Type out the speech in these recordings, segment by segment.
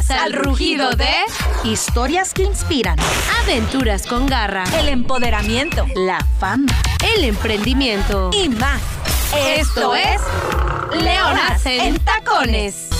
Bienvenidos al rugido de historias que inspiran, aventuras con garra, el empoderamiento, la fama, el emprendimiento y más. Esto es Leonas en Tacones.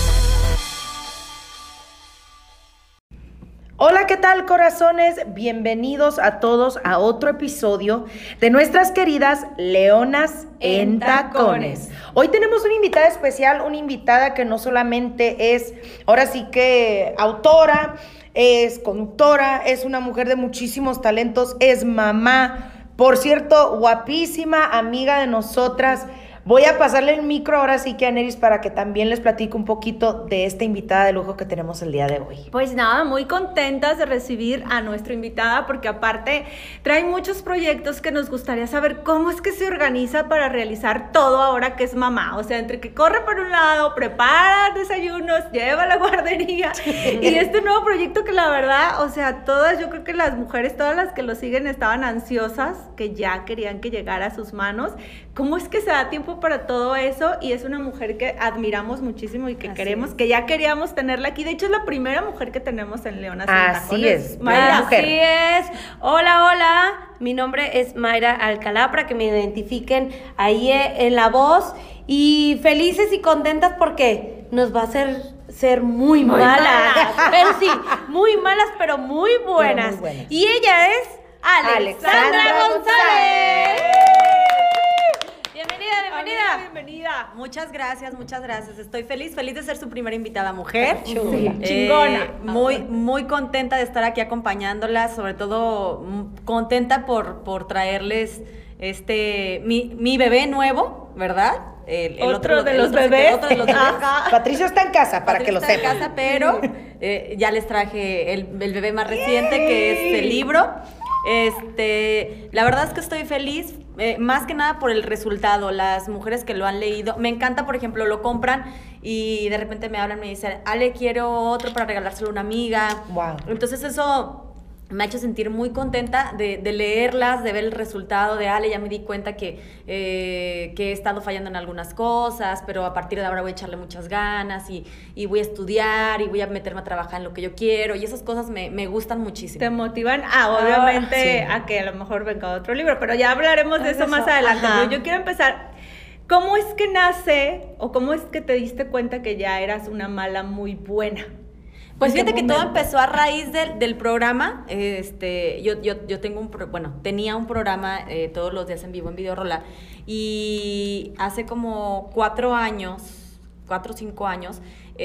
Hola, ¿qué tal, corazones? Bienvenidos a todos a otro episodio de nuestras queridas Leonas en Tacones. Hoy tenemos una invitada especial, una invitada que no solamente es, ahora sí que autora, es conductora, es una mujer de muchísimos talentos, es mamá, por cierto, guapísima, amiga de nosotras. Voy a pasarle el micro ahora sí que a Neris para que también les platique un poquito de esta invitada de lujo que tenemos el día de hoy. Pues nada, muy contentas de recibir a nuestra invitada porque aparte trae muchos proyectos que nos gustaría saber cómo es que se organiza para realizar todo ahora que es mamá. O sea, entre que corre por un lado, prepara desayunos, lleva a la guardería y este nuevo proyecto que la verdad, o sea, todas, yo creo que las mujeres, todas las que lo siguen estaban ansiosas, que ya querían que llegara a sus manos. ¿Cómo es que se da tiempo para todo eso? Y es una mujer que admiramos muchísimo y que Así queremos, es. que ya queríamos tenerla aquí. De hecho, es la primera mujer que tenemos en Leonas en Así Tacones. es, Mayra. mujer. Así es. Hola, mi nombre es Mayra Alcalá, para que me identifiquen ahí en la voz. Y felices y contentas porque nos va a hacer ser muy malas. Pero sí, muy malas, pero muy buenas. Pero muy buenas. Y ella es Alexandra González. Bienvenida. Amiga, bienvenida. Muchas gracias. Estoy feliz de ser su primera invitada mujer. Chingona. Muy contenta de estar aquí acompañándola, sobre todo contenta por traerles mi bebé nuevo, ¿verdad? El Otro de los bebés. Ajá. Patricio está en casa, para que lo Patricia está sepan. en casa, pero ya les traje el bebé más reciente, que es el libro. La verdad es que estoy feliz, más que nada por el resultado. Las mujeres que lo han leído, me encanta, por ejemplo, lo compran y de repente me hablan y me dicen, Ale, quiero otro para regalárselo a una amiga. Wow. Entonces eso me ha hecho sentir muy contenta de leerlas, de ver el resultado de Ale. Ya me di cuenta que he estado fallando en algunas cosas, pero a partir de ahora voy a echarle muchas ganas y voy a estudiar y voy a meterme a trabajar en lo que yo quiero, y esas cosas me gustan muchísimo. Te motivan obviamente, sí. a que a lo mejor venga otro libro, pero ya hablaremos de eso más adelante. Ajá. Pero yo quiero empezar. ¿Cómo es que nace o cómo es que te diste cuenta que ya eras una mala muy buena? Pues ¿En qué fíjate que todo momento? empezó a raíz del programa. Yo tengo tenía un programa todos los días en vivo en Videorola, y hace como 4 o 5 años,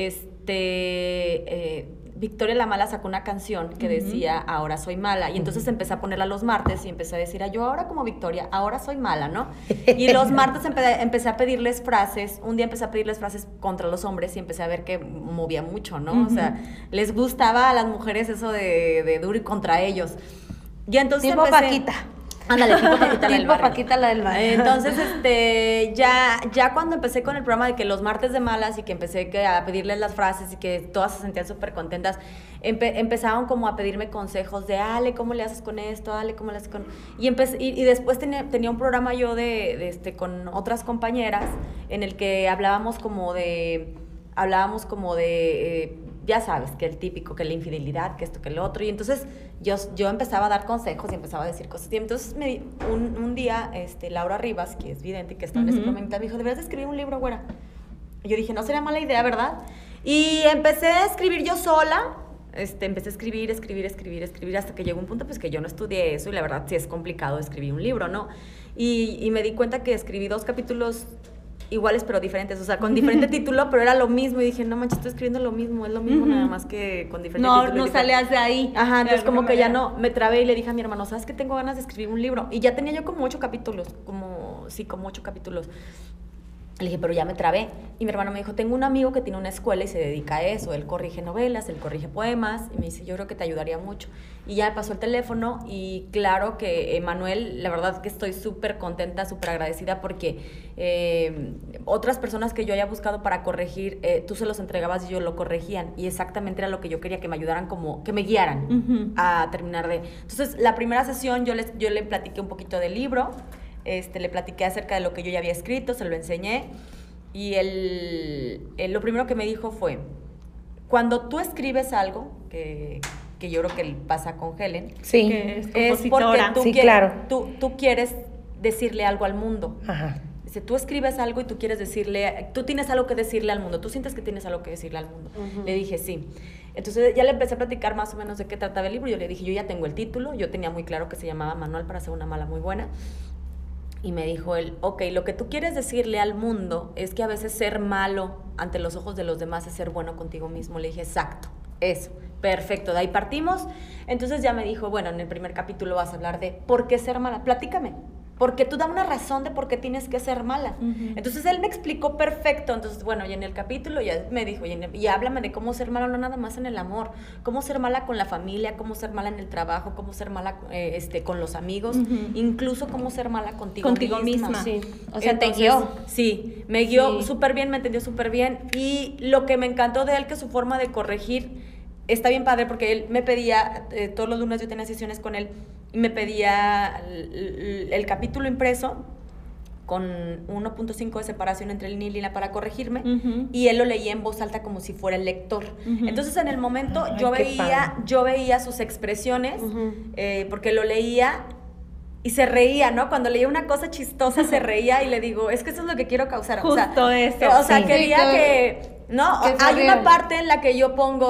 Victoria la Mala sacó una canción que decía Ahora soy mala, y entonces empecé a ponerla los martes y empecé a decir, yo ahora como Victoria, ahora soy mala, ¿no? Y los martes empecé a pedirles frases. Un día empecé a pedirles frases contra los hombres y empecé a ver que movía mucho, ¿no? O sea, les gustaba a las mujeres eso de duro y contra ellos. Y entonces Tipo empecé... Paquita. Ándale, tipo Paquita la del Tipo barrio. Paquita, la del barrio. Entonces, ya cuando empecé con el programa de que los martes de malas, y que empecé a pedirles las frases y que todas se sentían súper contentas, empezaron como a pedirme consejos de, Ale, ¿cómo le haces con esto? Ale, ¿cómo le haces con...? Y después tenía un programa yo con otras compañeras en el que hablábamos como de ya sabes, que el típico, que la infidelidad, que esto, que el otro. Y entonces yo empezaba a dar consejos y empezaba a decir cosas. Y entonces un día, Laura Rivas, que es vidente y que está en ese programa, me dijo, deberías de escribir un libro, güera. Y yo dije, no sería mala idea, ¿verdad? Y empecé a escribir yo sola. Empecé a escribir hasta que llegó un punto pues que yo no estudié eso, y la verdad sí es complicado escribir un libro, ¿no? Y me di cuenta que escribí 2 capítulos iguales pero diferentes, o sea, con diferente título, pero era lo mismo, y dije, no manches, estoy escribiendo lo mismo, es lo mismo, nada más que con diferente título. No salías de ahí. Ajá, entonces De como alguna que ya manera. no, me trabé y le dije a mi hermano, ¿sabes qué? Tengo ganas de escribir un libro, y ya tenía yo como 8 capítulos, como 8 capítulos. Le dije, pero ya me trabé. Y mi hermano me dijo, tengo un amigo que tiene una escuela y se dedica a eso. Él corrige novelas, él corrige poemas. Y me dice, yo creo que te ayudaría mucho. Y ya me pasó el teléfono, y claro que Manuel, la verdad es que estoy súper contenta, súper agradecida, porque otras personas que yo haya buscado para corregir, tú se los entregabas y yo lo corregían. Y exactamente era lo que yo quería, que me ayudaran, como que me guiaran a terminar de... Entonces, la primera sesión yo le platiqué un poquito del libro. Le platiqué acerca de lo que yo ya había escrito, se lo enseñé, y lo primero que me dijo fue, cuando tú escribes algo, que yo creo que pasa con Helen, Sí. Que es es porque compositora. tú, Sí, quieres, claro. tú quieres decirle algo al mundo. Ajá. Dice, tú escribes algo y tú quieres decirle, tú tienes algo que decirle al mundo, tú sientes que tienes algo que decirle al mundo. Le dije, sí. Entonces ya le empecé a platicar más o menos de qué trataba el libro. Yo le dije, yo ya tengo el título, yo tenía muy claro que se llamaba Manual para ser una mala muy buena. Y me dijo él, ok, lo que tú quieres decirle al mundo es que a veces ser malo ante los ojos de los demás es ser bueno contigo mismo. Le dije, exacto, eso, perfecto, de ahí partimos. Entonces ya me dijo, bueno, en el primer capítulo vas a hablar de por qué ser mala, platícame. Porque tú da una razón de por qué tienes que ser mala. Entonces él me explicó perfecto. Entonces, bueno, y en el capítulo ya me dijo, y háblame de cómo ser mala no nada más en el amor, cómo ser mala con la familia, cómo ser mala en el trabajo, cómo ser mala con los amigos, incluso cómo ser mala contigo misma. Sí. O sea, Entonces, te guió. Sí, me guió Sí. súper bien, me entendió súper bien. Y lo que me encantó de él, que su forma de corregir está bien padre, porque él me pedía, todos los lunes yo tenía sesiones con él, y me pedía el capítulo impreso con 1.5 de separación entre línea y línea para corregirme, y él lo leía en voz alta como si fuera el lector. Entonces en el momento Ay, yo qué veía sus expresiones, porque lo leía y se reía, ¿no? Cuando leía una cosa chistosa se reía, y le digo, es que eso es lo que quiero causar. Justo eso. O sea, Sí. quería Sí, que... No, que se hay una rieran. parte en la que yo pongo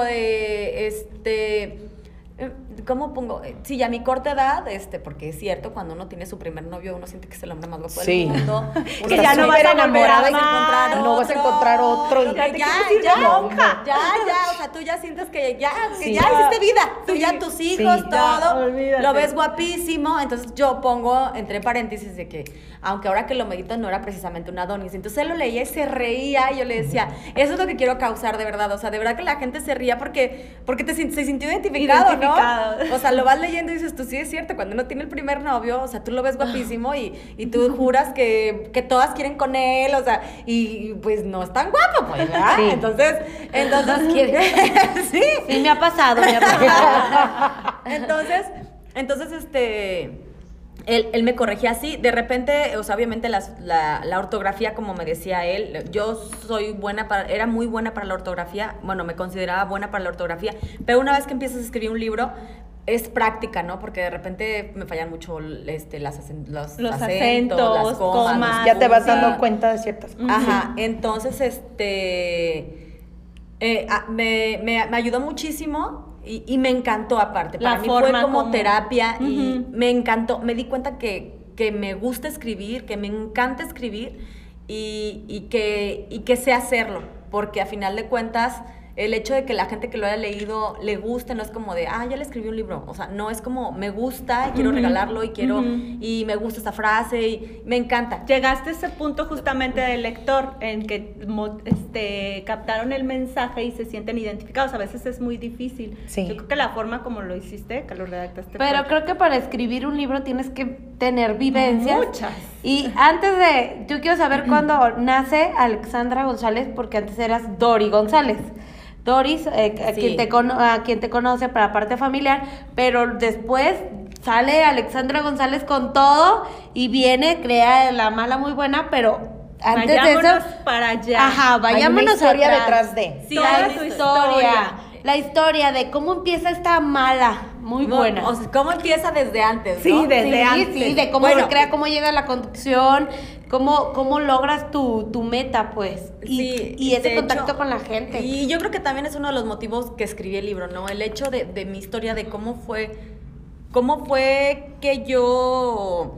¿cómo pongo? Sí, a mi corta edad, porque es cierto, cuando uno tiene su primer novio, uno siente que es el hombre más guapo Sí. del mundo. Que ya no vas a volver a amar, no vas a encontrar otro, y- Ya, Ya te ya, quieres ir ya, de monja. o sea, tú ya sientes que ya Sí. hiciste vida, tú ya tus hijos, Sí. todo, Ya, olvídate. lo ves guapísimo. Entonces yo pongo entre paréntesis de que, aunque ahora que lo medito no era precisamente un Adonis, entonces él lo leía y se reía, y yo le decía, eso es lo que quiero causar de verdad, o sea, de verdad que la gente se ría porque se sintió identificado, ¿no? O sea, lo vas leyendo y dices, tú sí es cierto, cuando uno tiene el primer novio, o sea, tú lo ves guapísimo y tú juras que todas quieren con él, o sea, y pues no es tan guapo, pues, ¿verdad? Sí. Entonces sí. Sí, me ha pasado, Entonces, él me corregía así. De repente, o sea, obviamente la ortografía, como me decía él, yo era muy buena para la ortografía, bueno, me consideraba buena para la ortografía, pero una vez que empiezas a escribir un libro, es práctica, ¿no? Porque de repente me fallan mucho los acentos, las comas. Ya te vas sí. dando cuenta de ciertas cosas. Ajá, entonces, me ayudó muchísimo y me encantó aparte. La Para mí fue forma como terapia y Ujú. me encantó. Me di cuenta que me gusta escribir, que me encanta escribir y que sé hacerlo, porque a final de cuentas el hecho de que la gente que lo haya leído le guste no es como de, ya le escribí un libro. O sea, no, es como, me gusta y quiero regalarlo y quiero, y me gusta esta frase y me encanta. Llegaste a ese punto justamente del lector en que captaron el mensaje y se sienten identificados. A veces es muy difícil. Sí. Yo creo que la forma como lo hiciste, que lo redactaste. Pero fue- creo que para escribir un libro tienes que tener vivencias. Muchas. Y yo quiero saber cuándo nace Alexandra González, porque antes eras Dori González. Doris, a Sí. quien te conoce para parte familiar, pero después sale Alexandra González con todo y crea La Mala Muy Buena, pero antes Vayámonos de eso... para allá. Ajá, Hay una vayámonos historia atrás. detrás de. Sí, Toda hay su una historia. La historia de cómo empieza esta mala, muy buena. O sea, ¿cómo empieza desde antes, Sí, no? desde antes. Sí, de cómo Bueno, se crea, cómo llega a la conducción, cómo logras tu meta, pues. Sí, Y ese de contacto hecho, con la gente. Y yo creo que también es uno de los motivos que escribí el libro, ¿no? El hecho de mi historia, de cómo fue que yo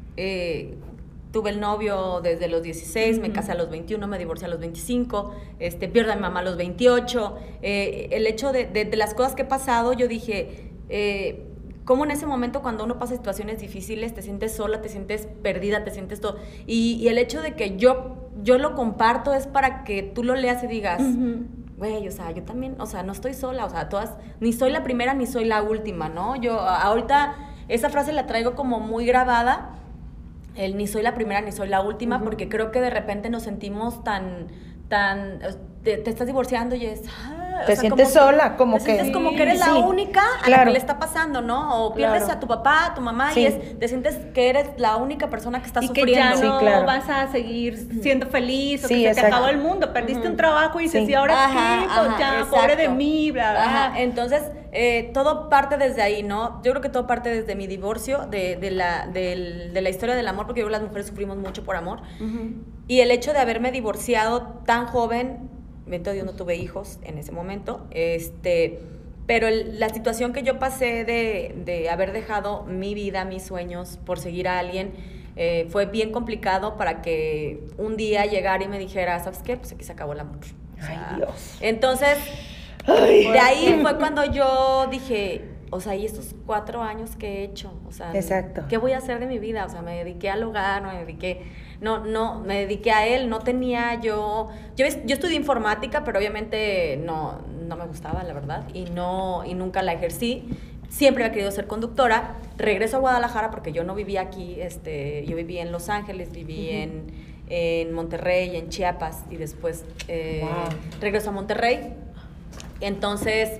tuve el novio desde los 16, me casé a los 21, me divorcié a los 25, pierdo a mi mamá a los 28. El hecho de las cosas que he pasado, yo dije, cómo en ese momento cuando uno pasa situaciones difíciles te sientes sola, te sientes perdida, te sientes todo. Y el hecho de que yo lo comparto es para que tú lo leas y digas, güey, o sea, yo también, o sea, no estoy sola, o sea, ni soy la primera ni soy la última, ¿no? Yo ahorita esa frase la traigo como muy grabada, el ni soy la primera ni soy la última, porque creo que de repente nos sentimos te estás divorciando y es, Te sientes sola, como te que... sientes como que eres la Sí, única a la claro. que le está pasando, ¿no? O pierdes Claro. a tu papá, a tu mamá Sí. y te sientes que eres la única persona que está Y sufriendo. que ya Sí, no claro. vas a seguir siendo feliz o Sí, que se exacto. te acabó el mundo. Perdiste un trabajo y dices, Sí. ¿y ahora Ajá, qué? Pues ajá, ya, exacto. pobre de mí, bla, bla. Ajá, entonces, todo parte desde ahí, ¿no? Yo creo que todo parte desde mi divorcio, de la historia del amor, porque yo creo que las mujeres sufrimos mucho por amor. Y el hecho de haberme divorciado tan joven, bendito Dios, no tuve hijos en ese momento, pero la situación que yo pasé de haber dejado mi vida, mis sueños, por seguir a alguien, fue bien complicado para que un día llegara y me dijera, ¿sabes qué? Pues aquí se acabó el amor. O sea, Ay, Dios. entonces, de ahí fue cuando yo dije, o sea, ¿y estos 4 años que he hecho? O sea, Exacto. ¿qué voy a hacer de mi vida? O sea, me dediqué al hogar, me dediqué a él, no tenía yo estudié informática, pero obviamente no me gustaba, la verdad, y nunca la ejercí. Siempre había querido ser conductora. Regreso a Guadalajara porque yo no vivía aquí, yo viví en Los Ángeles, viví en Monterrey, en Chiapas, y después regreso a Monterrey. Entonces,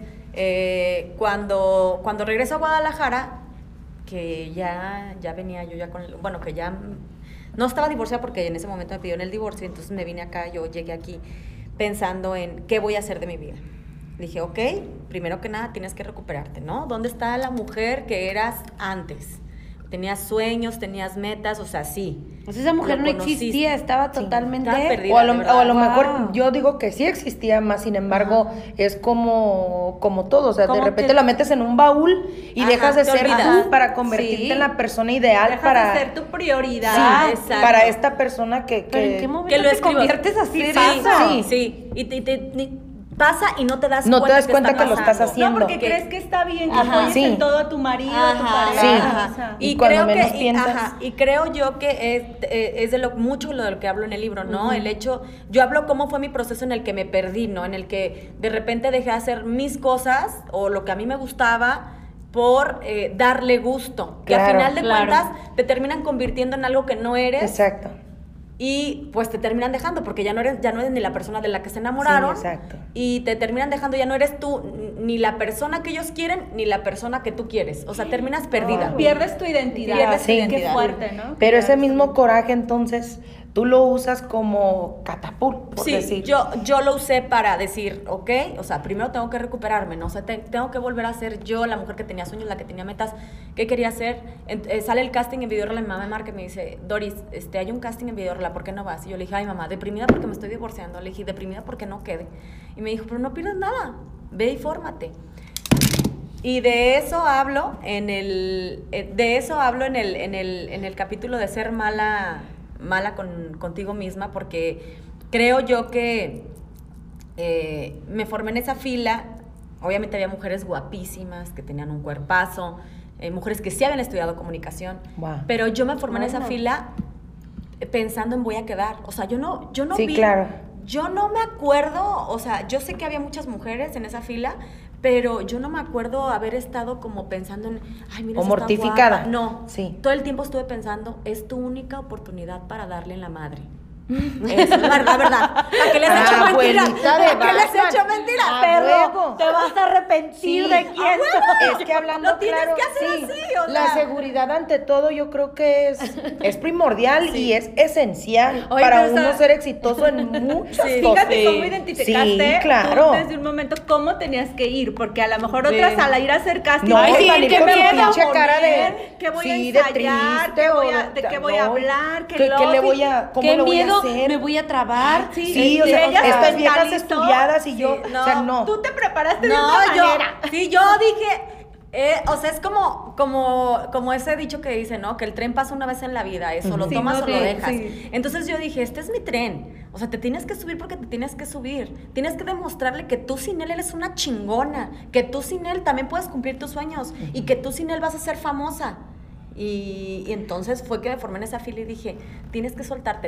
cuando regreso a Guadalajara, que ya venía yo ya que ya no estaba divorciada porque en ese momento me pidieron el divorcio, entonces me vine acá, yo llegué aquí pensando en qué voy a hacer de mi vida. Dije, ok, primero que nada tienes que recuperarte, ¿no? ¿Dónde está la mujer que eras antes? Tenías sueños, tenías metas, o sea, sí. O sea, esa mujer Lo no conociste. existía, estaba totalmente... Estaba perdida. O a lo Wow. mejor yo digo que sí existía más, sin embargo, es como todo, o sea, de Como repente que- la metes en un baúl y Ajá, dejas de te ser olvidas. tú para convertirte Sí. en la persona ideal Dejas para... de ser tu prioridad. Sí, exacto. para esta persona que... ¿Pero en qué momento Que lo te escribo. conviertes así? Sí, pasa. sí. Y pasa y no te das No cuenta. te das cuenta que lo pasando. estás haciendo. No, porque Que- crees que está bien que Ajá. apoyes Sí. en todo a tu marido, a tu Ajá, pareja. Sí. ajá. O sea, Y cuando menos que, piensas. y creo yo que es de mucho lo que hablo en el libro, ¿no? El hecho, yo hablo cómo fue mi proceso en el que me perdí, ¿no? En el que de repente dejé de hacer mis cosas o lo que a mí me gustaba por darle gusto. Que Claro, al final de claro. cuentas te terminan convirtiendo en algo que no eres. Exacto. Y pues te terminan dejando porque ya no eres ni la persona de la que se enamoraron. Sí, exacto. Y te terminan dejando, ya no eres tú ni la persona que ellos quieren ni la persona que tú quieres. O sea, terminas perdida. pierdes tu identidad. Pierdes tu Qué identidad. fuerte, ¿no? Pero ese mismo coraje, entonces, tú lo usas como catapult, por Sí, decir. yo lo usé para decir, ok, o sea, primero tengo que recuperarme, ¿no? O sea, tengo que volver a ser yo, la mujer que tenía sueños, la que tenía metas, ¿qué quería hacer? Sale el casting en Videorla, mi mamá me marca y me dice, Doris, hay un casting en Videorla, ¿por qué no vas? Y yo le dije, ay, mamá, deprimida porque me estoy divorciando. Le dije, deprimida porque no quede. Y me dijo, pero no pierdas nada, ve y fórmate. Y de eso hablo en el capítulo de ser mala contigo misma, porque creo yo que me formé en esa fila. Obviamente había mujeres guapísimas que tenían un cuerpazo, mujeres que sí habían estudiado comunicación, Wow. pero yo me formé en esa fila pensando en voy a quedar. O sea, yo no Sí, vi, claro. yo no me acuerdo, o sea, yo sé que había muchas mujeres en esa fila, pero yo no me acuerdo haber estado como pensando en, ay, mira, O esa está mortificada. guapa. No, Sí. todo el tiempo estuve pensando, es tu única oportunidad para darle en la madre. Eso, la verdad. ¿Para qué les he hecho mentira? Abuelita de ¿Para qué les he Batman. hecho mentira? A Perro. huevo. Te vas a arrepentir Sí. de quién. Es que hablando Lo tienes claro, que hacer sí, así, o la sea. seguridad ante todo yo creo que es primordial y es esencial Oye, para pero, o uno sea, ser exitoso en muchas Sí. cosas. Fíjate cómo identificaste Sí, claro. tú desde un momento cómo tenías que ir, porque a lo mejor otras al ir a hacer casting, No, Ay, y sí, salir qué con tu miedo, pinche poner, cara de que voy a sí, de ensayar, triste, de qué voy a hablar, que le voy a cómo Qué lo voy a miedo, hacer. me voy a trabar. Sí, o sea, ella se estas viejas mentalizó. estudiadas y yo, Sí, o sea, no. Tú te preparaste de No, otra yo manera. dije, o sea, es como ese dicho que dice, ¿no? Que el tren pasa una vez en la vida, eso, lo Sí, tomas no, o lo sí, dejas. sí. Entonces yo dije, este es mi tren. O sea, te tienes que subir porque te tienes que subir. Tienes que demostrarle que tú sin él eres una chingona, que tú sin él también puedes cumplir tus sueños y que tú sin él vas a ser famosa. Y entonces fue que me formé en esa fila y dije, tienes que soltarte,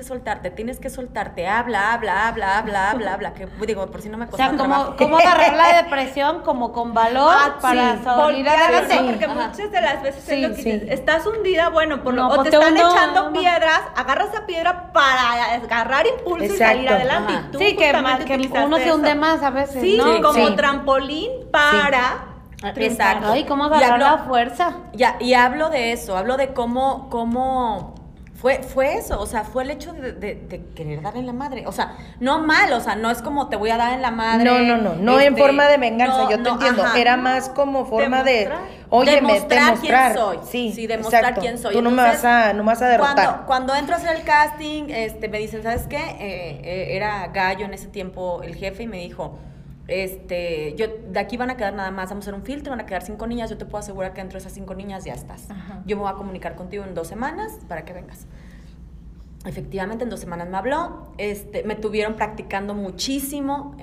habla, que digo, por si no me O costó sea, trabajo. ¿cómo agarrar la depresión como con valor para salir adelante? Porque muchas de las veces es lo que sí. dices, estás hundida, bueno, No, o pues te te están hundo, echando no. piedras, agarras esa piedra para agarrar impulso y salir Exacto. adelante. Ajá. Y tú Sí, que justamente utilizaste uno se hunde eso. más a veces, Sí, ¿no? como Sí. trampolín para... Exacto. Ay, ¿cómo Y agarrar hablo- la fuerza? Y hablo de eso, hablo de cómo fue eso, o sea, fue el hecho de querer dar en la madre, o sea, no mal, o sea, no es como te voy a dar en la madre. No en forma de venganza, no, yo te no, entiendo, ajá. era más como forma Demostrar. demostrar quién soy. Sí, demostrar exacto. quién soy. Tú no me Entonces, vas a derrotar. Cuando entro a hacer el casting, me dicen, ¿sabes qué? Era Gallo en ese tiempo el jefe y me dijo, yo, de aquí van a quedar nada más, vamos a hacer un filtro, van a quedar 5 niñas, yo te puedo asegurar que dentro de esas 5 niñas ya estás. Yo me voy a comunicar contigo en 2 semanas para que vengas. Efectivamente, en 2 semanas me habló, me tuvieron practicando muchísimo,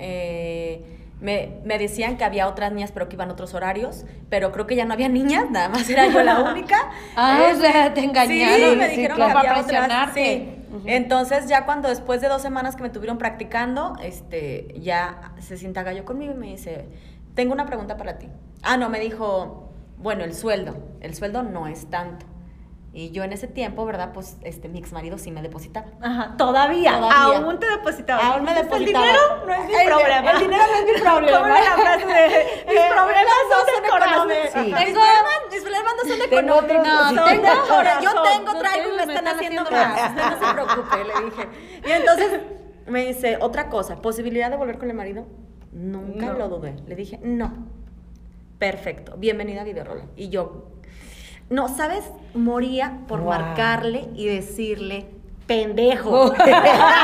me decían que había otras niñas, pero que iban otros horarios, pero creo que ya no había niñas, nada más era yo la única. O sea, te engañaron. Sí, me dijeron claro, que para había otras, presionarte. sí. Entonces, ya cuando después de 2 semanas que me tuvieron practicando, ya se sienta Gallo conmigo y me dice, tengo una pregunta para ti. No, me dijo, bueno, el sueldo no es tanto. Y yo en ese tiempo, ¿verdad? Pues mi ex marido sí me depositaba. Ajá, todavía. Aún te depositaba. Aún me Entonces, depositaba. El dinero no es mi problema. El dinero no es mi problema. ¿Cómo era la frase de mis problemas son económicos? Sí. Mis problemas no son Tengo otros- económicos. no, Tengo, corazón. yo tengo, No traigo y tengo, me me están están haciendo haciendo más. Usted no se preocupe, le dije. Y entonces me dice, otra cosa, ¿posibilidad de volver con el marido? Nunca No. lo dudé. Le dije, no. Perfecto, bienvenida a Videorola. Y yo, no, ¿sabes? Moría por Wow. marcarle y decirle, pendejo. No, pero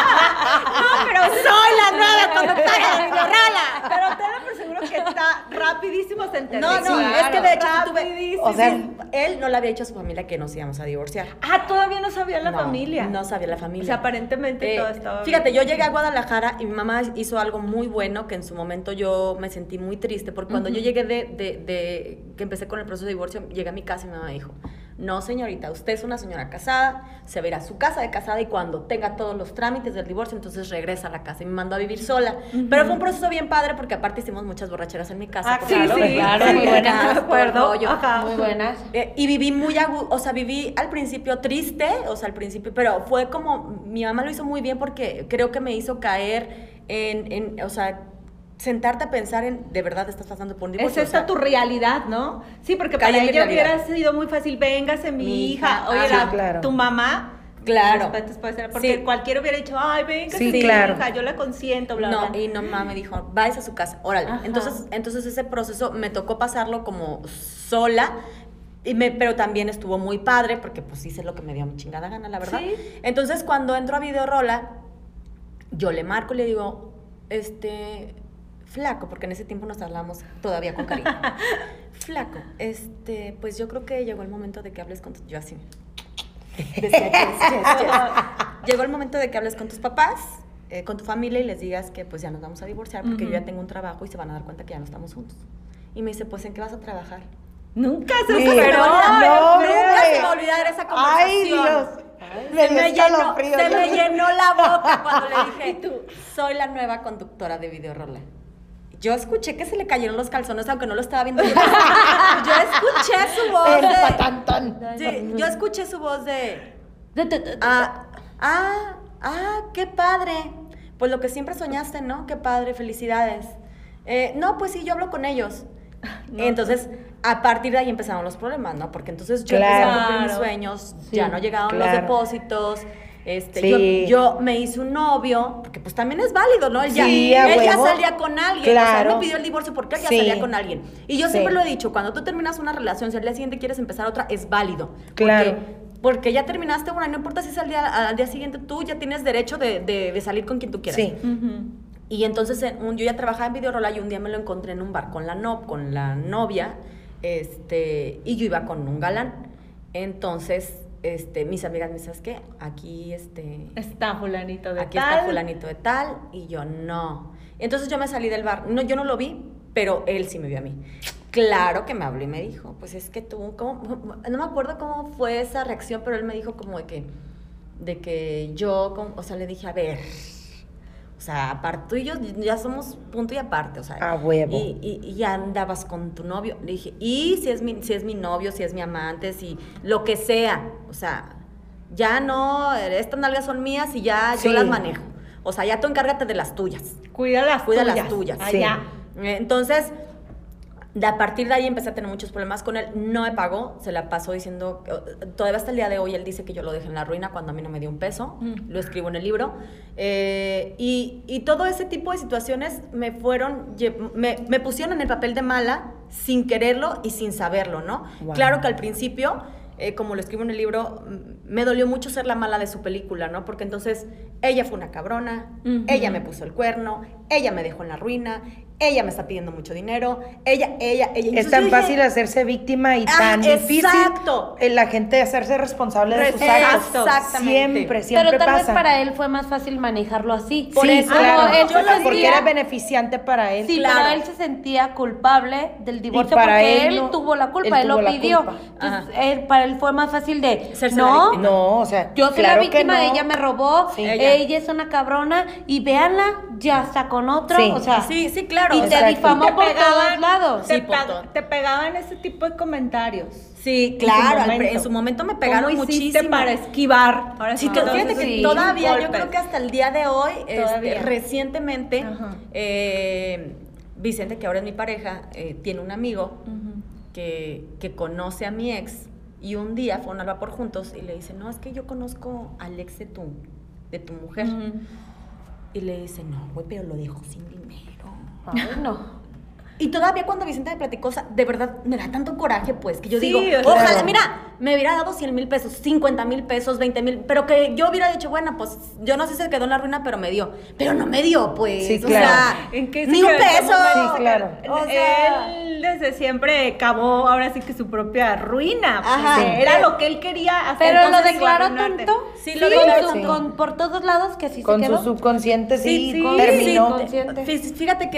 soy la nueva conductora de Videorola. Pero tenlo por seguro que está rapidísimo se entendió. No, es que de hecho sí tuve... Rapidísimo. O sea, él no le había dicho a su familia que nos íbamos a divorciar. Todavía no sabía la familia. No sabía la familia. O sea, aparentemente todo estaba Fíjate, bien. yo llegué a Guadalajara y mi mamá hizo algo muy bueno que en su momento yo me sentí muy triste porque cuando yo llegué de que empecé con el proceso de divorcio, llegué a mi casa y mi mamá dijo, no señorita, usted es una señora casada, se va a ir a su casa de casada y cuando tenga todos los trámites del divorcio, entonces regresa a la casa y me mandó a vivir sola. Pero fue un proceso bien padre porque aparte hicimos muchas borracheras en mi casa. Ah, porque sí, claro, sí, claro, sí, muy buenas, de acuerdo. rollo. Ajá. Muy buenas. Y viví viví al principio triste, pero fue como, mi mamá lo hizo muy bien porque creo que me hizo caer o sea, sentarte a pensar en, de verdad estás pasando por un Es divorcio. esta o sea, tu realidad, ¿no? Sí, porque Cae para en mi ella realidad. hubiera sido muy fácil, véngase mi hija, oye, sí, claro. tu mamá. Claro. Respetos puede ser, porque Sí. cualquiera hubiera dicho, ay, véngase Sí, mi claro. hija, yo la consiento, bla, No, bla. y no, mamá me dijo, váyase a su casa, órale. Ajá. Entonces ese proceso me tocó pasarlo como sola, pero también estuvo muy padre, porque pues hice lo que me dio mi chingada gana, la verdad. Sí. Entonces cuando entro a Videorola, yo le marco y le digo, flaco, porque en ese tiempo nos hablábamos todavía con cariño. Flaco, pues yo creo que llegó el momento de que hables con yo así. Decía, yes. Llegó el momento de que hables con tus papás, con tu familia y les digas que pues ya nos vamos a divorciar porque yo ya tengo un trabajo y se van a dar cuenta que ya no estamos juntos. Y me dice, pues ¿en qué vas a trabajar? Nunca se Sí. superó. No, Nunca se hombre. me va a olvidar esa conversación. Ay, Dios. Se me llenó. llenó la boca cuando le dije, soy la nueva conductora de Videorola. Yo escuché que se le cayeron los calzones, aunque no lo estaba viendo. Yo escuché su voz El de... patantón. Sí, yo escuché su voz de... Qué padre. Pues lo que siempre soñaste, ¿no? Qué padre, felicidades. No, pues sí, yo hablo con ellos. Entonces, a partir de ahí empezaron los problemas, ¿no? Porque entonces yo empecé a cumplir mis sueños, ya no llegaron los claro. depósitos. Sí. Yo me hice un novio, porque pues también es válido, ¿no? Él ya, Sí, a él ya huevo. salía con alguien, o sea, Claro. él me pidió el divorcio porque él ya Sí. salía con alguien. Y yo Sí. siempre lo he dicho, cuando tú terminas una relación, si al día siguiente quieres empezar otra, es válido. Claro. Porque ya terminaste una, no importa si es al día siguiente, tú ya tienes derecho de salir con quien tú quieras. Sí. Y entonces yo ya trabajaba en Videorola y un día me lo encontré en un bar con la novia, y yo iba con un galán. Entonces, mis amigas me dicen, ¿sabes qué? Aquí, Está fulanito de aquí tal. está fulanito de tal, y yo, no. Entonces yo me salí del bar. No, yo no lo vi, pero él sí me vio a mí. Claro que me habló y me dijo, pues es que tú, no me acuerdo cómo fue esa reacción, pero él me dijo como de que yo, o sea, le dije, a ver, o sea, aparte tú y yo ya somos punto y aparte, o sea. A huevo. Y ya andabas con tu novio. Le dije, y si es mi novio, si es mi amante, si lo que sea, o sea, ya no, estas nalgas son mías y ya Sí. yo las manejo. O sea, ya tú encárgate de las tuyas. Cuida las tuyas. Sí. Allá. Entonces, a partir de ahí empecé a tener muchos problemas con él. No me pagó, se la pasó diciendo, todavía hasta el día de hoy él dice que yo lo dejé en la ruina cuando a mí no me dio un peso. Lo escribo en el libro. Y todo ese tipo de situaciones me pusieron en el papel de mala sin quererlo y sin saberlo, ¿no? Wow. Claro que al principio, como lo escribo en el libro, me dolió mucho ser la mala de su película, ¿no? Porque entonces ella fue una cabrona, ella me puso el cuerno, ella me dejó en la ruina, ella me está pidiendo mucho dinero, ella. Es tan fácil hacerse víctima y tan difícil la gente hacerse responsable de sus actos. Exactamente. Siempre Pero tal pasa. vez para él fue más fácil manejarlo así. Por eso, claro, él se porque sentía- era beneficiante para él. Sí, Claro. pero él se sentía culpable del divorcio para porque él él no- tuvo la culpa, él él lo tuvo la pidió. culpa. Entonces, para él fue más fácil de, Serse la no, víctima. No, o sea, yo soy claro la vícima, que no. ella me robó, Sí. ella es una cabrona y véanla, ya está con otro, Sí. o sea, Sí, claro. y te Exacto. difamó por todos lados. Sí, por todo. Te pegaban ese tipo de comentarios. Sí, claro, En en su momento me pegaron ¿Cómo hiciste muchísimo. para esquivar? Ahora Sí, entonces, fíjate que sí, todavía, yo golpes. creo que hasta el día de hoy, Todavía. recientemente, Ajá. Vicente, que ahora es mi pareja, tiene un amigo que conoce a mi ex y un día fueron al vapor juntos y le dice, no, es que yo conozco al ex de tu mujer. Y le dice, no, güey, pero lo dejó sin dinero. Ay, no. Y todavía cuando Vicente me platicó, o sea, de verdad me da tanto coraje, pues, que yo Sí, digo, o sea, ojalá, claro. mira, me hubiera dado 100,000 pesos, 50,000 pesos, 20,000, pero que yo hubiera dicho, bueno, pues, yo no sé si se quedó en la ruina, pero me dio. Pero no me dio, pues, Sí, o claro. sea, ¿En qué se ni un quedó? peso. Sí, claro. O sea, Él desde siempre cavó ahora sí que su propia ruina. Ajá. Porque Sí. era lo que él quería hacer. Pero lo entonces, declaró arruinarte. tonto. Sí, lo declaró con- tonto. por todos lados que así Con se su quedó. subconsciente Sí, terminó. consciente. Fíjate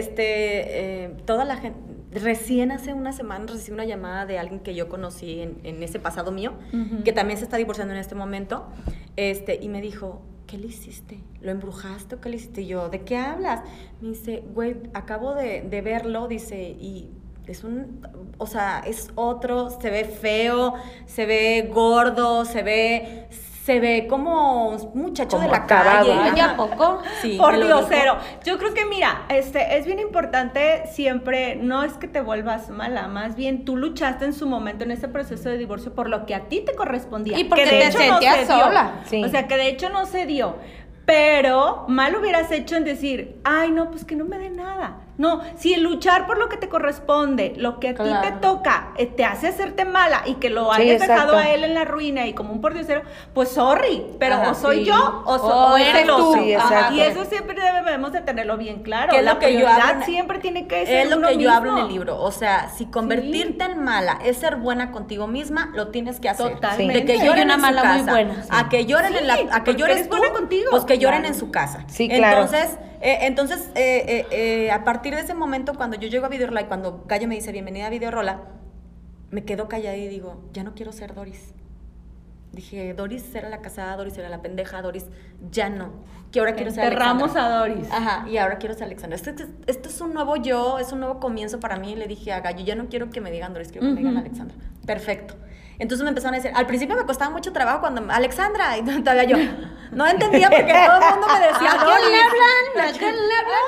que toda la gente, recién hace una semana recibí una llamada de alguien que yo conocí en ese pasado mío, que también se está divorciando en este momento, y me dijo, ¿qué le hiciste? ¿Lo embrujaste o qué le hiciste? Y yo, ¿de qué hablas? Me dice, güey, acabo de verlo, dice, y o sea, es otro, se ve feo, se ve gordo, se ve como un muchacho Como de la acabado. calle. Ay, ¿a Ajá. poco? Sí, Por me lo diosero. dijo. Yo creo que mira, es bien importante siempre, no es que te vuelvas mala, más bien tú luchaste en su momento en ese proceso de divorcio por lo que a ti te correspondía. Y porque que de te hecho sentías se dio. sola. Sí. O sea, que de hecho no se dio. Pero mal hubieras hecho en decir, ay, no, pues que no me dé nada. No, si luchar por lo que te corresponde, lo que a ti te Claro. toca, te hace hacerte mala y que lo Sí, hayas dejado exacto. a él en la ruina y como un pordiosero, pues sorry, pero Ajá, o soy sí. yo o O eres eres tú. tú. Sí, Ajá. exacto. Y eso siempre debemos de tenerlo bien claro. Que es La lo que yo prioridad hablo en- siempre tiene que ser Es lo uno que yo hablo en mismo. el libro. O sea, si convertirte en mala es ser buena contigo misma, lo tienes que hacer. Totalmente. De que Soy lloren una en mala su muy casa. buena. A que lloren Sí, en a que porque llores eres tú, buena contigo. pues que lloren Claro. en su casa. Sí, claro. Entonces, a partir de ese momento, cuando yo llego a Videorola y cuando Gallo me dice bienvenida a Videorola, me quedo callada y digo, ya no quiero ser Doris. Dije, Doris era la casada, Doris era la pendeja, Doris ya no. Que ahora quiero ser Enterramos Alexandra. a Doris. Ajá, y ahora quiero ser Alexandra. Esto es un nuevo yo, es un nuevo comienzo para mí. Y le dije a Gallo, ya no quiero que me digan Doris, quiero que me digan Alexandra. Perfecto. Entonces me empezaron a decir, al principio me costaba mucho trabajo cuando, Alexandra, y todavía yo no entendía porque todo el mundo me decía, ¿A quién le Doris. hablan? ¿A quién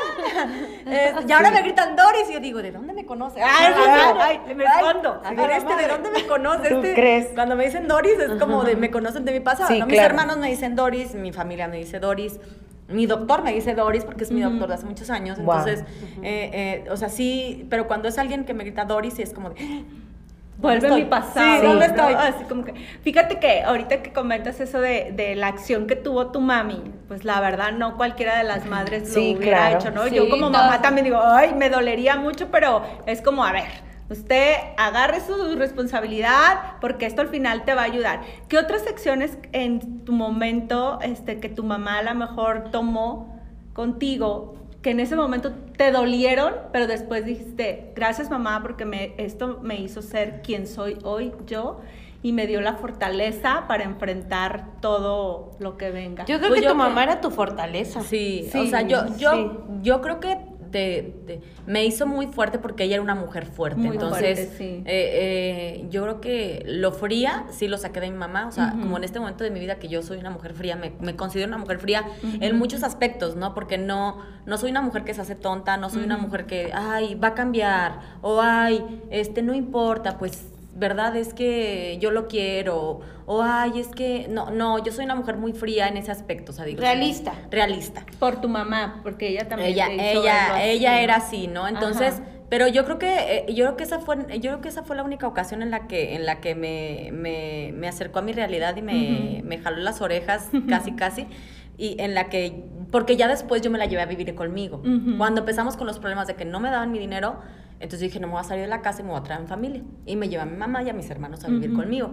le hablan? Y ahora me gritan Doris y yo digo, ¿de dónde me conoce? Me escondo. A ver, ¿de dónde me conoce? ¿Tú crees? Cuando me dicen Doris es como de me conocen de mi pasado, Sí, ¿no? Mis claro. hermanos me dicen Doris, mi familia me dice Doris, mi doctor me dice Doris porque es mi doctor de hace muchos años, Wow. entonces, o sea, sí, pero cuando es alguien que me grita Doris sí es como de... Vuelve ¿Dónde mi estoy? pasado. Sí, ¿dónde ¿no? estoy? Así como que, fíjate que ahorita que comentas eso de la acción que tuvo tu mami, pues la verdad no cualquiera de las madres Sí, lo hubiera claro. hecho, ¿no? Sí, Yo como mamá todas. también digo, ay, me dolería mucho, pero es como, a ver, usted agarre su responsabilidad porque esto al final te va a ayudar. ¿Qué otras acciones en tu momento que tu mamá a lo mejor tomó contigo que en ese momento te dolieron, pero después dijiste, gracias mamá, porque esto me hizo ser quien soy hoy yo, y me dio la fortaleza para enfrentar todo lo que venga? Yo creo que tu mamá era tu fortaleza. Sí, Sí, o sea, sí. yo creo que me hizo muy fuerte porque ella era una mujer fuerte. Muy Entonces, fuerte, sí. yo creo que lo fría sí lo saqué de mi mamá. O sea, como en este momento de mi vida que yo soy una mujer fría, me considero una mujer fría en muchos aspectos, ¿no? Porque no soy una mujer que se hace tonta, no soy una mujer que, ay, va a cambiar, o ay, no importa, pues, verdad es que yo lo quiero, o ay, es que no, yo soy una mujer muy fría en ese aspecto, o sea, digo, Realista. realista. Por tu mamá, porque ella también Ella te hizo verlo así, ella ¿no? era así, ¿no? Entonces, Ajá. pero yo creo que esa fue la única ocasión en la que me acercó a mi realidad y me jaló las orejas casi y en la que, porque ya después yo me la llevé a vivir conmigo. Cuando empezamos con los problemas de que no me daban mi dinero, entonces dije, no me voy a salir de la casa y me voy a traer a mi familia. Y me llevé a mi mamá y a mis hermanos a vivir conmigo.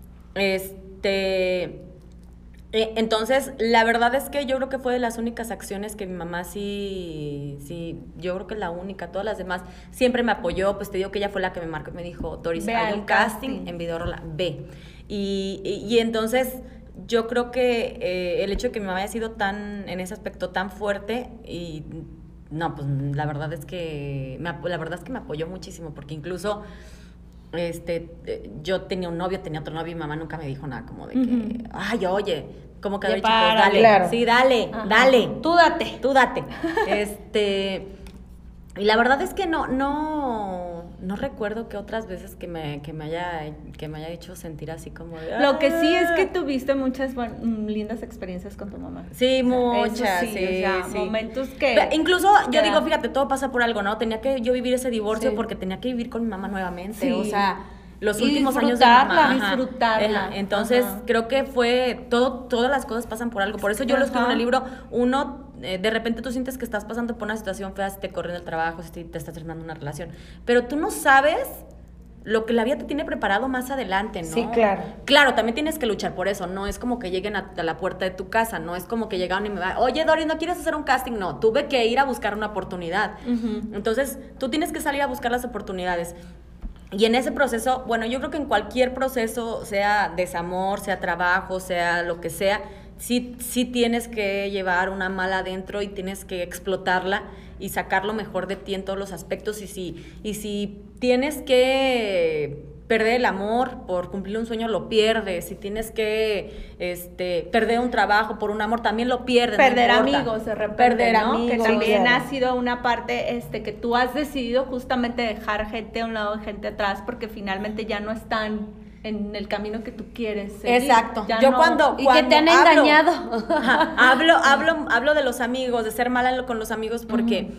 Entonces, la verdad es que yo creo que fue de las únicas acciones que mi mamá sí, yo creo que es la única. Todas las demás siempre me apoyó, pues te digo que ella fue la que me marcó y me dijo, Doris, Ve hay al un casting casting. en Videorola, ve. Y entonces yo creo que el hecho de que mi mamá haya sido en ese aspecto tan fuerte y no, pues la verdad es que me apoyó muchísimo porque incluso yo tenía un novio, tenía otro novio y mi mamá nunca me dijo nada como de que, ay, oye, como que Ya haber dicho, pues, párale. dale, Claro. sí, dale, Ajá. dale, Tú date. tú date. Y la verdad es que no recuerdo que otras veces que me haya hecho sentir así como de, Lo que sí es que "Ah". tuviste muchas lindas experiencias con tu mamá. Sí, muchas, Eso sí, o sea, sí. momentos que... Pero incluso yo te digo, dan- fíjate, todo pasa por algo, ¿no? Tenía que yo vivir ese divorcio Sí. porque tenía que vivir con mi mamá nuevamente, Sí. o sea, los Y últimos años de mi mamá. disfrutarla. Ajá. Disfrutarla. Ajá. Entonces, Ajá. creo que todas las cosas pasan por algo. Por eso yo lo escribo en el libro. Uno, de repente tú sientes que estás pasando por una situación fea, si te corren del trabajo, si te estás terminando una relación. Pero tú no sabes lo que la vida te tiene preparado más adelante, ¿no? Sí, claro. Claro, también tienes que luchar por eso. No es como que lleguen a la puerta de tu casa. No es como que llegaron y me va, oye, Doris, ¿no quieres hacer un casting? No, tuve que ir a buscar una oportunidad. Entonces, tú tienes que salir a buscar las oportunidades. Y en ese proceso, bueno, yo creo que en cualquier proceso, sea desamor, sea trabajo, sea lo que sea, sí tienes que llevar una mala adentro y tienes que explotarla y sacar lo mejor de ti en todos los aspectos. Y si tienes que perder el amor por cumplir un sueño, lo pierdes. Si tienes que perder un trabajo por un amor, también lo pierdes. no Perder importa. amigos de repente, Perder ¿no? amigos. Que también claro. ha sido una parte que tú has decidido justamente dejar gente a un lado y gente atrás porque finalmente ya no están en el camino que tú quieres seguir. Exacto. Ya Yo no- cuando Y que te han hablo- engañado. Ajá, hablo de los amigos, de ser mala con los amigos porque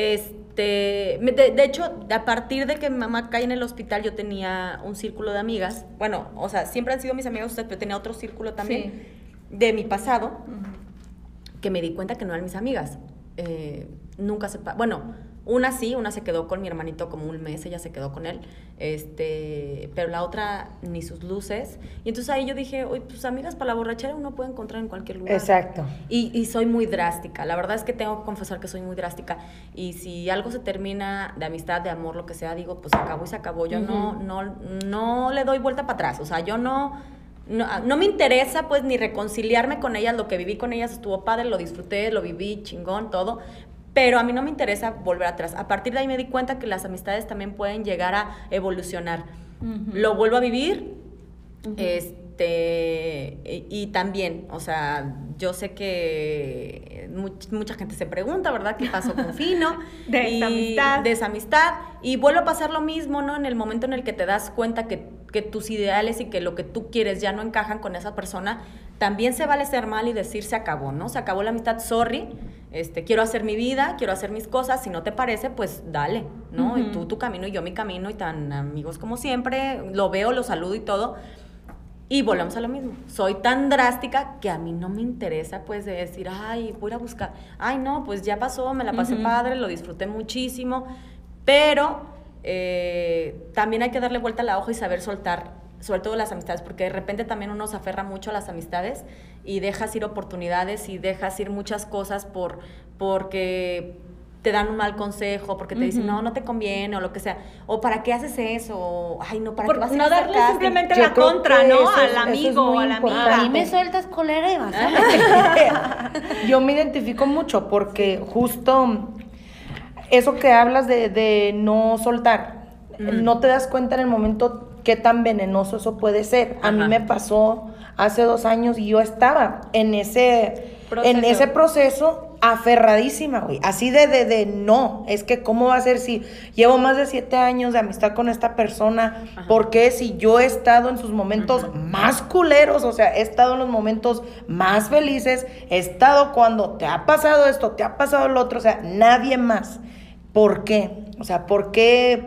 de hecho, a partir de que mi mamá cae en el hospital, yo tenía un círculo de amigas. Bueno, o sea, siempre han sido mis amigas ustedes, pero tenía otro círculo también de mi pasado que me di cuenta que no eran mis amigas. Nunca bueno, una sí, una se quedó con mi hermanito como un mes, ella se quedó con él, pero la otra ni sus luces. Y entonces ahí yo dije, oye, pues amigas para la borrachera uno puede encontrar en cualquier lugar. Exacto. Y soy muy drástica, la verdad es que tengo que confesar que soy muy drástica. Y si algo se termina de amistad, de amor, lo que sea, digo, pues acabó y se acabó. Yo no le doy vuelta para atrás, o sea, yo no me interesa pues ni reconciliarme con ellas, lo que viví con ellas estuvo padre, lo disfruté, lo viví chingón, todo, pero a mí no me interesa volver atrás. A partir de ahí me di cuenta que las amistades también pueden llegar a evolucionar. Lo vuelvo a vivir, y también, o sea, yo sé que mucha gente se pregunta, ¿verdad? ¿Qué pasó con Fino? De esa amistad. De esa amistad. Y vuelve a pasar lo mismo, ¿no? En el momento en el que te das cuenta que tus ideales y que lo que tú quieres ya no encajan con esa persona, también se vale ser mal y decir se acabó, ¿no? Se acabó la amistad, sorry, quiero hacer mi vida, quiero hacer mis cosas, si no te parece, pues dale, ¿no? Y tú tu camino y yo mi camino y tan amigos como siempre, lo veo, lo saludo y todo. Y volvemos a lo mismo. Soy tan drástica que a mí no me interesa, pues, de decir, ay, voy a ir a buscar. Ay, no, pues ya pasó, me la pasé padre, lo disfruté muchísimo. Pero también hay que darle vuelta a la hoja y saber soltar, sobre todo las amistades, porque de repente también uno se aferra mucho a las amistades y dejas ir oportunidades y dejas ir muchas cosas porque te dan un mal consejo, porque te dicen, no te conviene, o lo que sea. O ¿para qué haces eso? O, ay, no, ¿para qué vas a no hacer darle casting? simplemente Yo la creo contra, que ¿no? eso es Al amigo muy o a la amiga. importante. A mí me sueltas colera y vas a ver. Yo me identifico mucho porque justo eso que hablas de no soltar, no te das cuenta en el momento qué tan venenoso eso puede ser. A mí Ajá. me pasó hace 2 años y yo estaba en ese proceso aferradísima, güey. Así de no, es que ¿cómo va a ser si llevo más de 7 años de amistad con esta persona? Ajá. ¿Por qué si yo he estado en sus momentos más culeros? O sea, he estado en los momentos más felices, he estado cuando te ha pasado esto, te ha pasado lo otro, o sea, nadie más. ¿Por qué? O sea, ¿por qué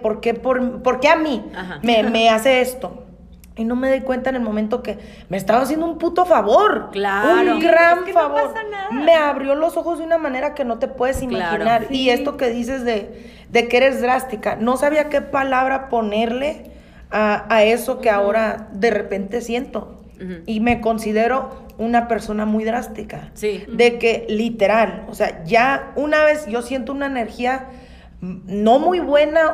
a mí Ajá. me hace esto? Y no me di cuenta en el momento que me estaba haciendo un puto favor. Claro. Un gran Es que no favor. pasa nada. Me abrió los ojos de una manera que no te puedes imaginar. Claro. Y esto que dices de que eres drástica, no sabía qué palabra ponerle a eso que ahora de repente siento. Y me considero una persona muy drástica. Sí. De que literal, o sea, ya una vez yo siento una energía no muy buena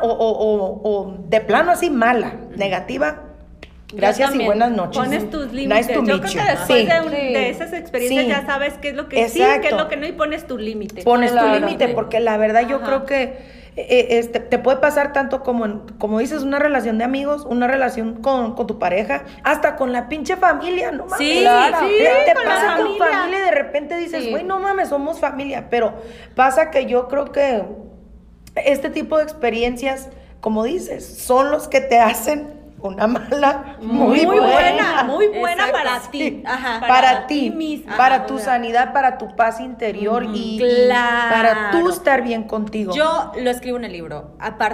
o de plano así mala, negativa. Gracias y también. buenas noches. Pones tus límites. Nice to Yo meet creo you. que después Sí. de esas experiencias Sí. ya sabes qué es lo que sí, Exacto. qué es lo que no, y pones tu límite. Pones tu Claro. límite, porque la verdad yo Ajá. creo que te puede pasar tanto como dices, una relación de amigos, una relación con tu pareja, hasta con la pinche familia, no mames. Sí, Claro. sí, Te con la pasa con familia. familia y de repente dices, Sí. güey, no mames, somos familia, pero pasa que yo creo que este tipo de experiencias, como dices, son los que te hacen una mala muy buena. muy buena Exacto. para ti. Ajá. Para ti misma. para tu sanidad, para tu paz interior y Claro. para tú estar bien contigo. Yo lo escribo en el libro.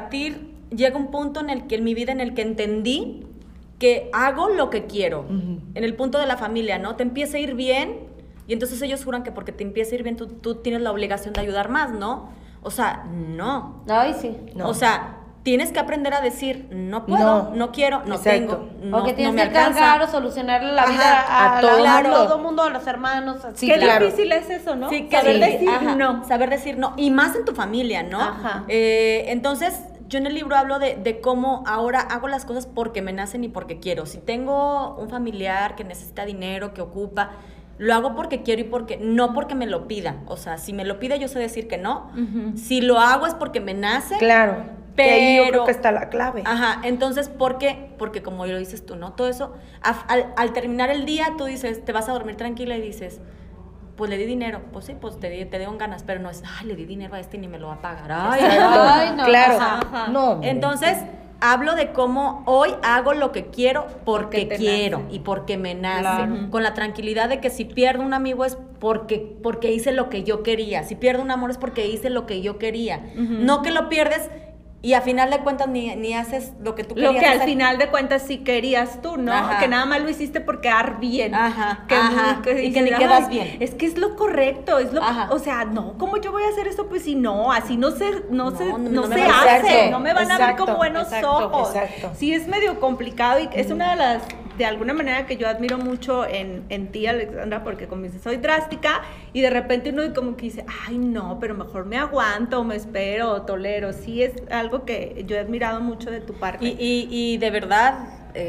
Llega un punto en mi vida en el que entendí que hago lo que quiero. Ujú. En el punto de la familia, ¿no? Te empieza a ir bien y entonces ellos juran que porque te empieza a ir bien tú tienes la obligación de ayudar más, ¿no? O sea, no. Ay, sí. No. O sea, tienes que aprender a decir, no puedo, no quiero, no Exacto. tengo, no, O que tienes no me que alcanza. cargar o solucionarle la Ajá, vida a a todo todo mundo. mundo, a los hermanos. Así. Sí, Qué claro. difícil es eso, ¿no? Sí, que Saber sí, decir ajá, no. saber decir no. Y más en tu familia, ¿no? Ajá. Entonces, yo en el libro hablo de cómo ahora hago las cosas porque me nacen y porque quiero. Si tengo un familiar que necesita dinero, que ocupa, lo hago porque quiero y no porque me lo pidan. O sea, si me lo pide, yo sé decir que no. Si lo hago es porque me nace. Claro. Que ahí yo creo Pero- que está la clave. Ajá, entonces, ¿por qué? Porque como lo dices tú, ¿no? Todo eso, al terminar el día, tú dices, te vas a dormir tranquila y dices, pues le di dinero. Pues sí, pues te dieron ganas, pero no es, ay, le di dinero a este y ni me lo va a pagar. Ay, Exacto. Ay, no. Claro. Ajá. No. hombre. entonces, hablo de cómo hoy hago lo que quiero porque Porque te quiero nace. y porque me nace. Claro. Con la tranquilidad de que si pierdo un amigo es porque hice lo que yo quería. Si pierdo un amor es porque hice lo que yo quería. No que lo pierdes y a final de cuentas ni haces lo que tú querías Lo que al hacer. final de cuentas sí querías tú, ¿no? Ajá. Que nada más lo hiciste por quedar bien. Ajá, Que, ajá. que Y que ni dices, quedas "Ay, bien". Es que es lo correcto, es lo, Ajá. o sea, no, ¿cómo yo voy a hacer esto? Pues si no, así no se no me se va a hace, hacer. no me van a ver Exacto, con buenos exacto, ojos. exacto. Sí es medio complicado y es una de las, de alguna manera que yo admiro mucho en ti, Alexandra, porque como dices, soy drástica y de repente uno como que dice, ay no, pero mejor me aguanto, me espero, o tolero. Sí es algo que yo he admirado mucho de tu parte. Y de verdad,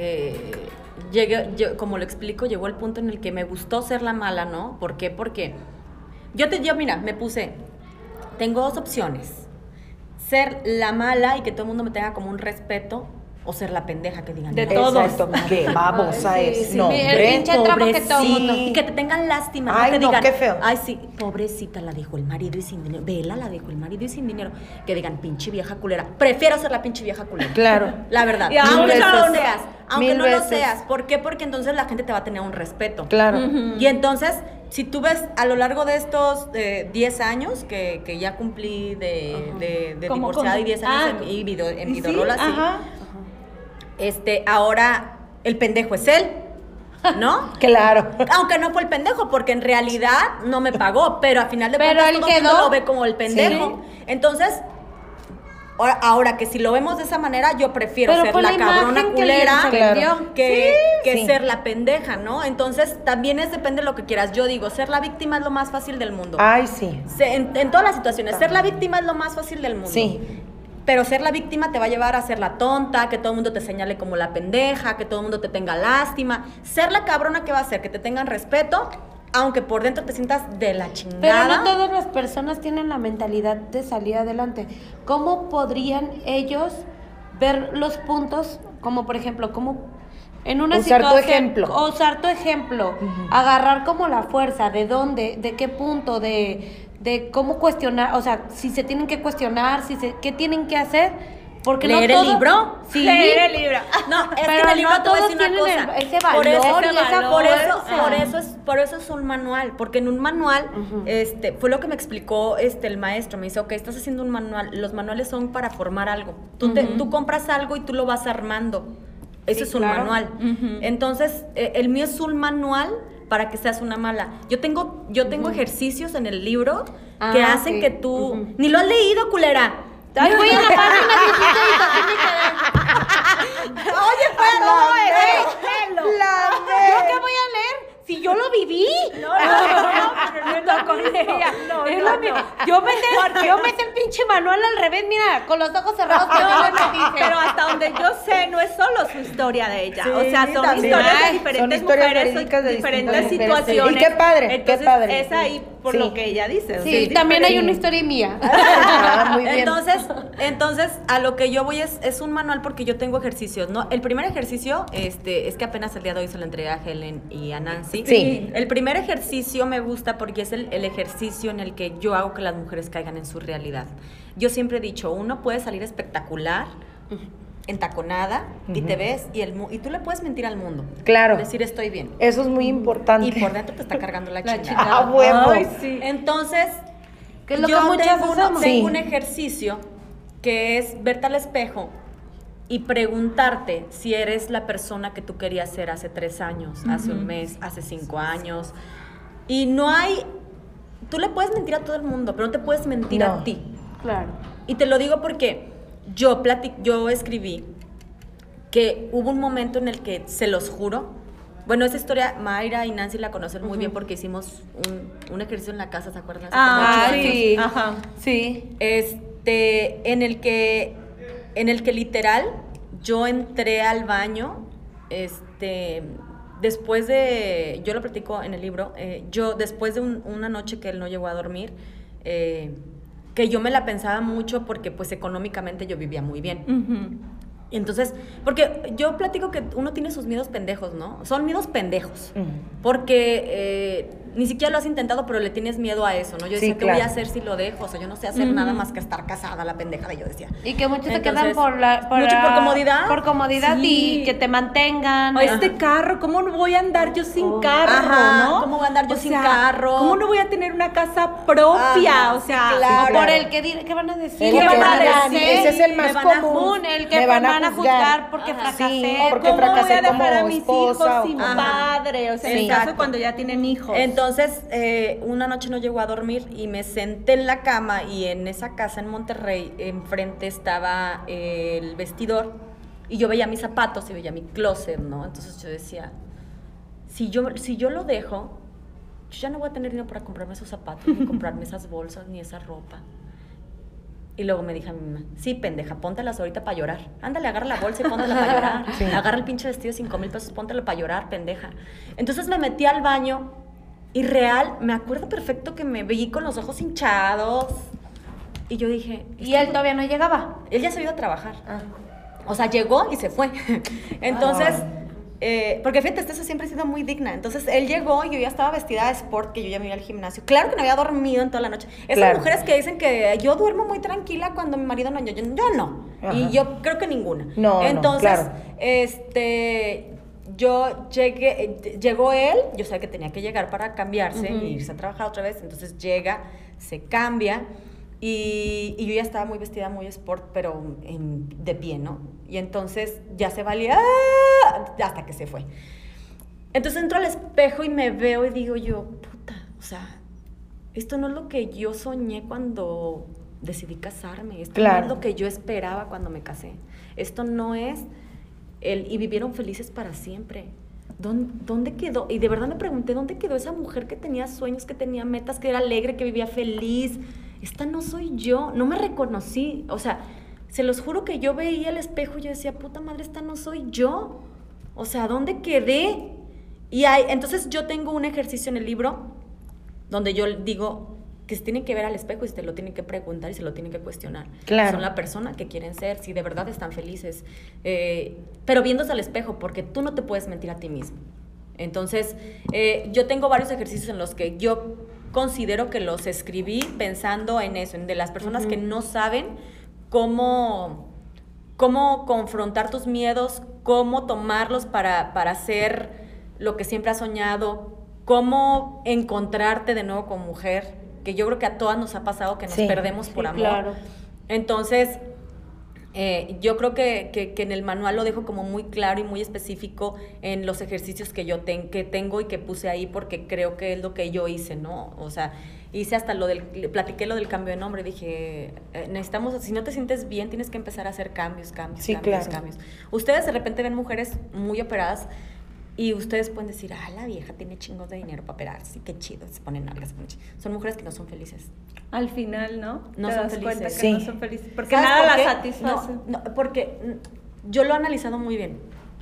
como lo explico, llegó el punto en el que me gustó ser la mala, ¿no? ¿Por qué? Porque yo mira, me puse, tengo 2 opciones. Ser la mala y que todo el mundo me tenga como un respeto, o ser la pendeja que digan. De "No, todos. Exacto. Qué babosa Ay, es. sí, sí, No, el hombre. pinche trapo que todo el mundo. Y que te tengan lástima, Ay, que no, digan, qué feo. ay, sí, pobrecita, la dejó el marido y sin dinero. Vela, la dejó el marido y sin dinero. Que digan, pinche vieja culera. Prefiero ser la pinche vieja culera. Claro. La verdad. Y Aunque mil no lo veces. seas. Aunque Mil no lo veces. seas. ¿Por qué? Porque entonces la gente te va a tener un respeto. Claro. Y entonces, si tú ves a lo largo de estos 10 años que ya cumplí de ¿Cómo divorciada con- y 10 años Ah, en ¿sí? videorola, sí. Ajá. Ahora el pendejo es él, ¿no? Claro. Aunque no fue el pendejo, porque en realidad no me pagó, pero al final de Pero cuentas él todo el mundo quedó. lo ve como el pendejo. Entonces, Ahora que si lo vemos de esa manera, yo prefiero Pero ser fue la la cabrona imagen que culera se vendió. que Sí. ser la pendeja, ¿no? Entonces, también depende de lo que quieras. Yo digo, ser la víctima es lo más fácil del mundo. Ay, sí. En todas las situaciones, ser la víctima es lo más fácil del mundo. Sí. Pero ser la víctima te va a llevar a ser la tonta, que todo el mundo te señale como la pendeja, que todo el mundo te tenga lástima. Ser la cabrona, ¿qué va a hacer? Que te tengan respeto, aunque por dentro te sientas de la chingada. Pero no todas las personas tienen la mentalidad de salir adelante. ¿Cómo podrían ellos ver los puntos, como por ejemplo, como en una Usar tu situación, ejemplo. usar tu ejemplo, agarrar como la fuerza, de dónde, de qué punto, de cómo cuestionar, o sea, si se tienen que cuestionar, qué tienen que hacer? Porque ¿Leer no el libro? Sí, Leer el libro. No, es Pero que en el libro no te voy a todos decir una tienen cosa. ese valor y esa fuerza. Por eso es un manual, porque en un manual, fue lo que me explicó el maestro. Me dice, ok, estás haciendo un manual. Los manuales son para formar algo. Tú compras algo y tú lo vas armando. Eso es un manual. Entonces, el mío es un manual para que seas una mala. Yo tengo ejercicios en el libro que hacen que tú... Ni lo has leído, culera. Ay, voy en la página 17 Oye, pero... ¿Yo qué voy a leer? Si yo lo viví. No, con ella. Es lo mío. Yo me sé el pinche manual al revés, mira, con los ojos cerrados. Pero hasta donde yo sé, no es solo su historia de ella. Sí, o sea, son también. historias de Son diferentes historias mujeres, verídicas de diferentes distintas mujeres. situaciones. Y qué padre, Entonces, qué padre. es ahí por Sí. lo que ella dice. o sea, Sí, es también hay diferente. una historia mía. Ah, muy bien. Entonces, a lo que yo voy es un manual porque yo tengo ejercicios, ¿no? El primer ejercicio, es que apenas el día de hoy se lo entregué a Helen y a Nancy. Sí. El primer ejercicio me gusta porque es el ejercicio en el que yo hago que las mujeres caigan en su realidad. Yo siempre he dicho, uno puede salir espectacular, entaconada, y te ves, y tú le puedes mentir al mundo. Claro. Decir, estoy bien. Eso es muy importante. Y por dentro te está cargando la chingada. chingada. Ah, huevo. Ay, sí. Entonces, Que es lo yo que muchas tengo hacemos. Sí. un ejercicio que es verte al espejo y preguntarte si eres la persona que tú querías ser hace 3 años, hace un mes, hace 5 años. Y no hay... Tú le puedes mentir a todo el mundo, pero no te puedes mentir No. a ti. Claro. Y te lo digo porque yo escribí que hubo un momento en el que, se los juro, bueno, esa historia Mayra y Nancy la conocen muy bien porque hicimos un ejercicio en la casa, ¿se acuerdan? Hace como Ah, 8 años. sí. Ajá. Sí. En el que literal yo entré al baño, después de, yo lo platico en el libro, yo después de una noche que él no llegó a dormir, que yo me la pensaba mucho porque pues económicamente yo vivía muy bien. Ujú. Entonces, porque yo platico que uno tiene sus miedos pendejos, ¿no? Son miedos pendejos. Ujú. Porque ni siquiera lo has intentado, pero le tienes miedo a eso, ¿no? Yo Sí, decía, ¿qué voy a claro. hacer si lo dejo? O sea, yo no sé hacer nada más que estar casada, la pendeja de yo decía. Y que muchos se Entonces, quedan por comodidad. Por comodidad Sí. y que te mantengan. O este carro, ¿cómo no voy a andar yo sin carro, Ajá, no? ¿cómo voy a andar yo O sin sea, carro? ¿Cómo no voy a tener una casa propia? Ajá, o sea, sí, claro. O por el que ¿qué van a decir? El ¿Qué que van a van decir? ese es el Me más van a común. El que Me van a juzgar porque Ajá. fracasé. Sí, o porque ¿cómo voy fracasé a dejar como a mis esposa hijos o sin como- padre? O sea, en el Exacto. caso cuando ya tienen hijos. Entonces, una noche no llegó a dormir y me senté en la cama y en esa casa en Monterrey, enfrente estaba el vestidor y yo veía mis zapatos y veía mi closet, ¿no? Entonces yo decía, si yo lo dejo, yo ya no voy a tener dinero para comprarme esos zapatos, ni comprarme esas bolsas, ni esa ropa. Y luego me dijo a mi mamá, sí, pendeja, póntelas ahorita para llorar. Ándale, agarra la bolsa y póntela para llorar. Sí. Agarra el pinche vestido de 5,000 pesos, póntelo para llorar, pendeja. Entonces me metí al baño y real, me acuerdo perfecto que me vi con los ojos hinchados. Y yo dije... Y él todavía no llegaba. Él ya se iba a trabajar. O sea, llegó y se fue. Entonces, porque fíjate, eso siempre ha sido muy digna. Entonces, él llegó y yo ya estaba vestida de sport, que yo ya me iba al gimnasio. Claro que no había dormido en toda la noche. Esas Claro. mujeres que dicen que yo duermo muy tranquila cuando mi marido no, yo no. Ajá. Y yo creo que ninguna. No, Entonces, claro. yo llegué, llegó él, yo sabía que tenía que llegar para cambiarse e irse a trabajar otra vez. Entonces llega, se cambia. Y yo ya estaba muy vestida, muy sport, pero de pie, ¿no? Y entonces ya se valía hasta que se fue. Entonces entro al espejo y me veo y digo yo, puta, o sea, esto no es lo que yo soñé cuando decidí casarme. Esto Claro. no es lo que yo esperaba cuando me casé. Esto no es y vivieron felices para siempre. ¿Dónde quedó? Y de verdad me pregunté, ¿dónde quedó esa mujer que tenía sueños, que tenía metas, que era alegre, que vivía feliz? Esta no soy yo, no me reconocí. O sea, se los juro que yo veía el espejo y yo decía, puta madre, esta no soy yo. O sea, ¿dónde quedé? Entonces yo tengo un ejercicio en el libro donde yo digo que se tienen que ver al espejo y se lo tienen que preguntar y se lo tienen que cuestionar. Claro. Son la persona que quieren ser, si de verdad están felices. Pero viéndose al espejo, porque tú no te puedes mentir a ti mismo. Entonces, yo tengo varios ejercicios en los que yo considero que los escribí pensando en eso, en de las personas que no saben cómo confrontar tus miedos, cómo tomarlos para hacer lo que siempre has soñado, cómo encontrarte de nuevo como mujer, que yo creo que a todas nos ha pasado que nos perdemos por amor. Claro. Entonces, yo creo que en el manual lo dejo como muy claro y muy específico en los ejercicios que yo tengo y que puse ahí porque creo que es lo que yo hice, ¿no? O sea, hice hasta platiqué lo del cambio de nombre, dije, necesitamos, si no te sientes bien, tienes que empezar a hacer cambios. Sí, claro. Ustedes de repente ven mujeres muy operadas y ustedes pueden decir, la vieja tiene chingos de dinero para operarse, qué chido, se ponen nalgas. Son mujeres que no son felices. Al final, ¿no? No Te son das felices. cuenta que Sí. no son felices. Porque ¿Sabes nada por las qué? satisface. No, porque yo lo he analizado muy bien.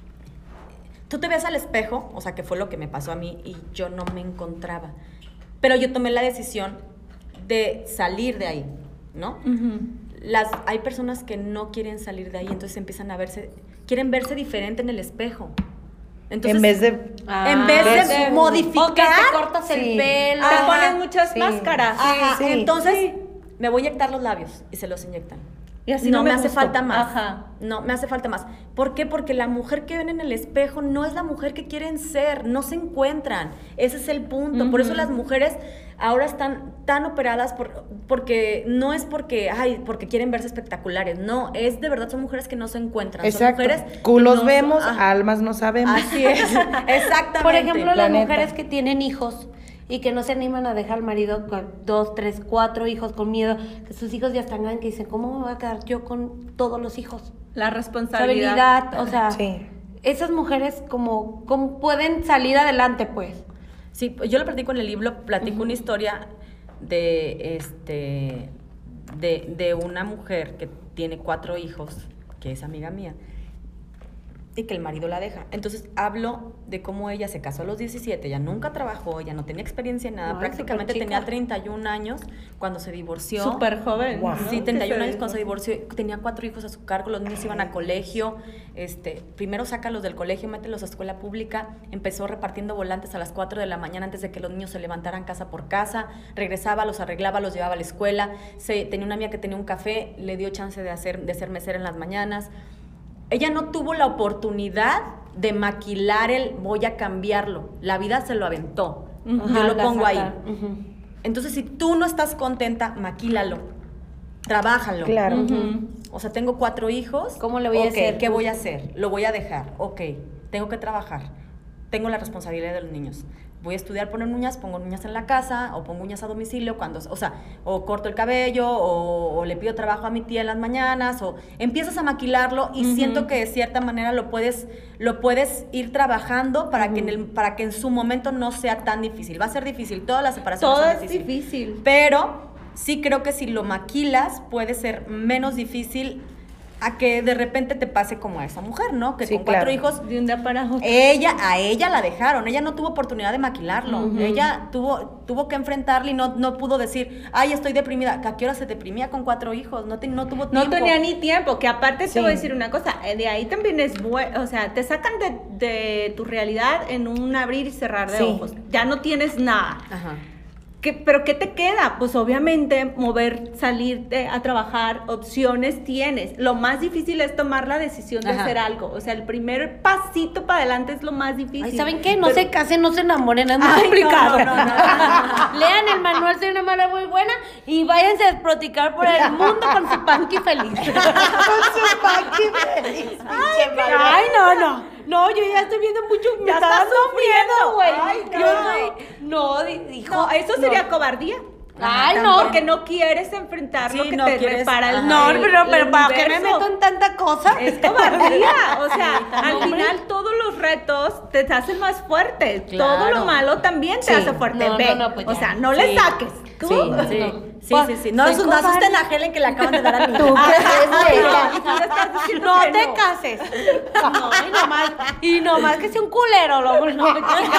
Tú te ves al espejo, o sea, que fue lo que me pasó a mí y yo no me encontraba. Pero yo tomé la decisión de salir de ahí, ¿no? Ujú. Hay personas que no quieren salir de ahí, entonces empiezan a quieren verse diferente en el espejo. Entonces, En vez de... de modificar, Ok, te cortas el Sí. pelo. Te Ajá. ponen muchas máscaras. Ajá, Sí. entonces me voy a inyectar los labios y se los inyectan. Y así no no me me hace gustó. falta más. Ajá. No, me hace falta más. ¿Por qué? Porque la mujer que ven en el espejo no es la mujer que quieren ser, no se encuentran. Ese es el punto. Por eso las mujeres ahora están tan operadas porque no es porque quieren verse espectaculares. No, es de verdad, son mujeres que no se encuentran. Exacto. Son mujeres Culos que no vemos, son- almas no sabemos. Así es, exactamente. Por ejemplo, La las neta. mujeres que tienen hijos y que no se animan a dejar al marido con 2, 3, 4 hijos con miedo, que sus hijos ya están grandes, que dicen, ¿cómo me voy a quedar yo con todos los hijos? La responsabilidad. Responsabilidad, o sea, Sí. esas mujeres como pueden salir adelante, pues. Sí, yo lo platico en el libro, platico una historia de una mujer que tiene 4 hijos, que es amiga mía, y que el marido la deja. Entonces hablo de cómo ella se casó a los 17, ella nunca trabajó, ella no tenía experiencia en nada, Ay, prácticamente superchica. tenía 31 años cuando se divorció. Súper joven. Wow. ¿no? Sí, 31 Que años cuando se divorció, tenía 4 hijos a su cargo, los niños iban a colegio, primero sácalos del colegio, mételos a escuela pública, empezó repartiendo volantes a las 4 de la mañana antes de que los niños se levantaran casa por casa, regresaba, los arreglaba, los llevaba a la escuela, tenía una amiga que tenía un café, le dio chance de ser mesera en las mañanas. Ella no tuvo la oportunidad de maquilar voy a cambiarlo, la vida se lo aventó, yo lo pongo ahí. Entonces, si tú no estás contenta, maquílalo, trabájalo. Claro. O sea, tengo 4 hijos. ¿Cómo le voy a hacer? ¿Qué voy a hacer? Lo voy a dejar. Ok, tengo que trabajar. Tengo la responsabilidad de los niños. Voy a estudiar, pongo uñas en la casa, o pongo uñas a domicilio, o corto el cabello, o le pido trabajo a mi tía en las mañanas, o empiezas a maquilarlo y siento que de cierta manera lo puedes ir trabajando para que en su momento no sea tan difícil. Va a ser difícil, todas las separaciones Todo son es difíciles. difícil. Pero sí creo que si lo maquilas puede ser menos difícil a que de repente te pase como a esa mujer, ¿no? Que Sí, con 4 claro. hijos, De un día para otro. a ella la dejaron, ella no tuvo oportunidad de maquilarlo, ella tuvo que enfrentarle y no pudo decir, ay, estoy deprimida. ¿A qué hora se deprimía con 4 hijos? No tuvo tiempo. No tenía ni tiempo, que aparte Sí. te voy a decir una cosa, de ahí también es bueno, o sea, te sacan de tu realidad en un abrir y cerrar de Sí. ojos. Ya no tienes nada. Ajá. ¿Pero qué te queda? Pues obviamente salirte a trabajar, opciones tienes. Lo más difícil es tomar la decisión de Ajá. hacer algo. O sea, el primer pasito para adelante es lo más difícil. Ay, ¿saben qué? No Pero- se casen, no se enamoren, es muy Ay, complicado. no. Lean el manual, soy una madre muy buena y váyanse a desproticar por el mundo con su panqui feliz. Ay, no, yo ya estoy viendo mucho, me Ya está estás dando miedo, güey. Ay, Yo no. soy, no, hijo. No, eso sería cobardía. Ay, no. Porque no quieres enfrentar lo Sí, que no te quieres- repara el ajá. No, el- pero el ¿para qué me universo. meto en tanta cosa? Es cobardía. O sea, al Hombre. final todos los retos te hacen más fuerte. Claro. Todo lo malo también te Sí. hace fuerte. No, Ve. no, pues o ya. sea, no le Sí. saques. Tú. Sí. No, Soy no asusten cobarde. a Helen que le acaban de dar al niño. ¿Tú crees, güey? Y tú le estás diciendo No que te no. cases. No, y nomás que sea un culero, no me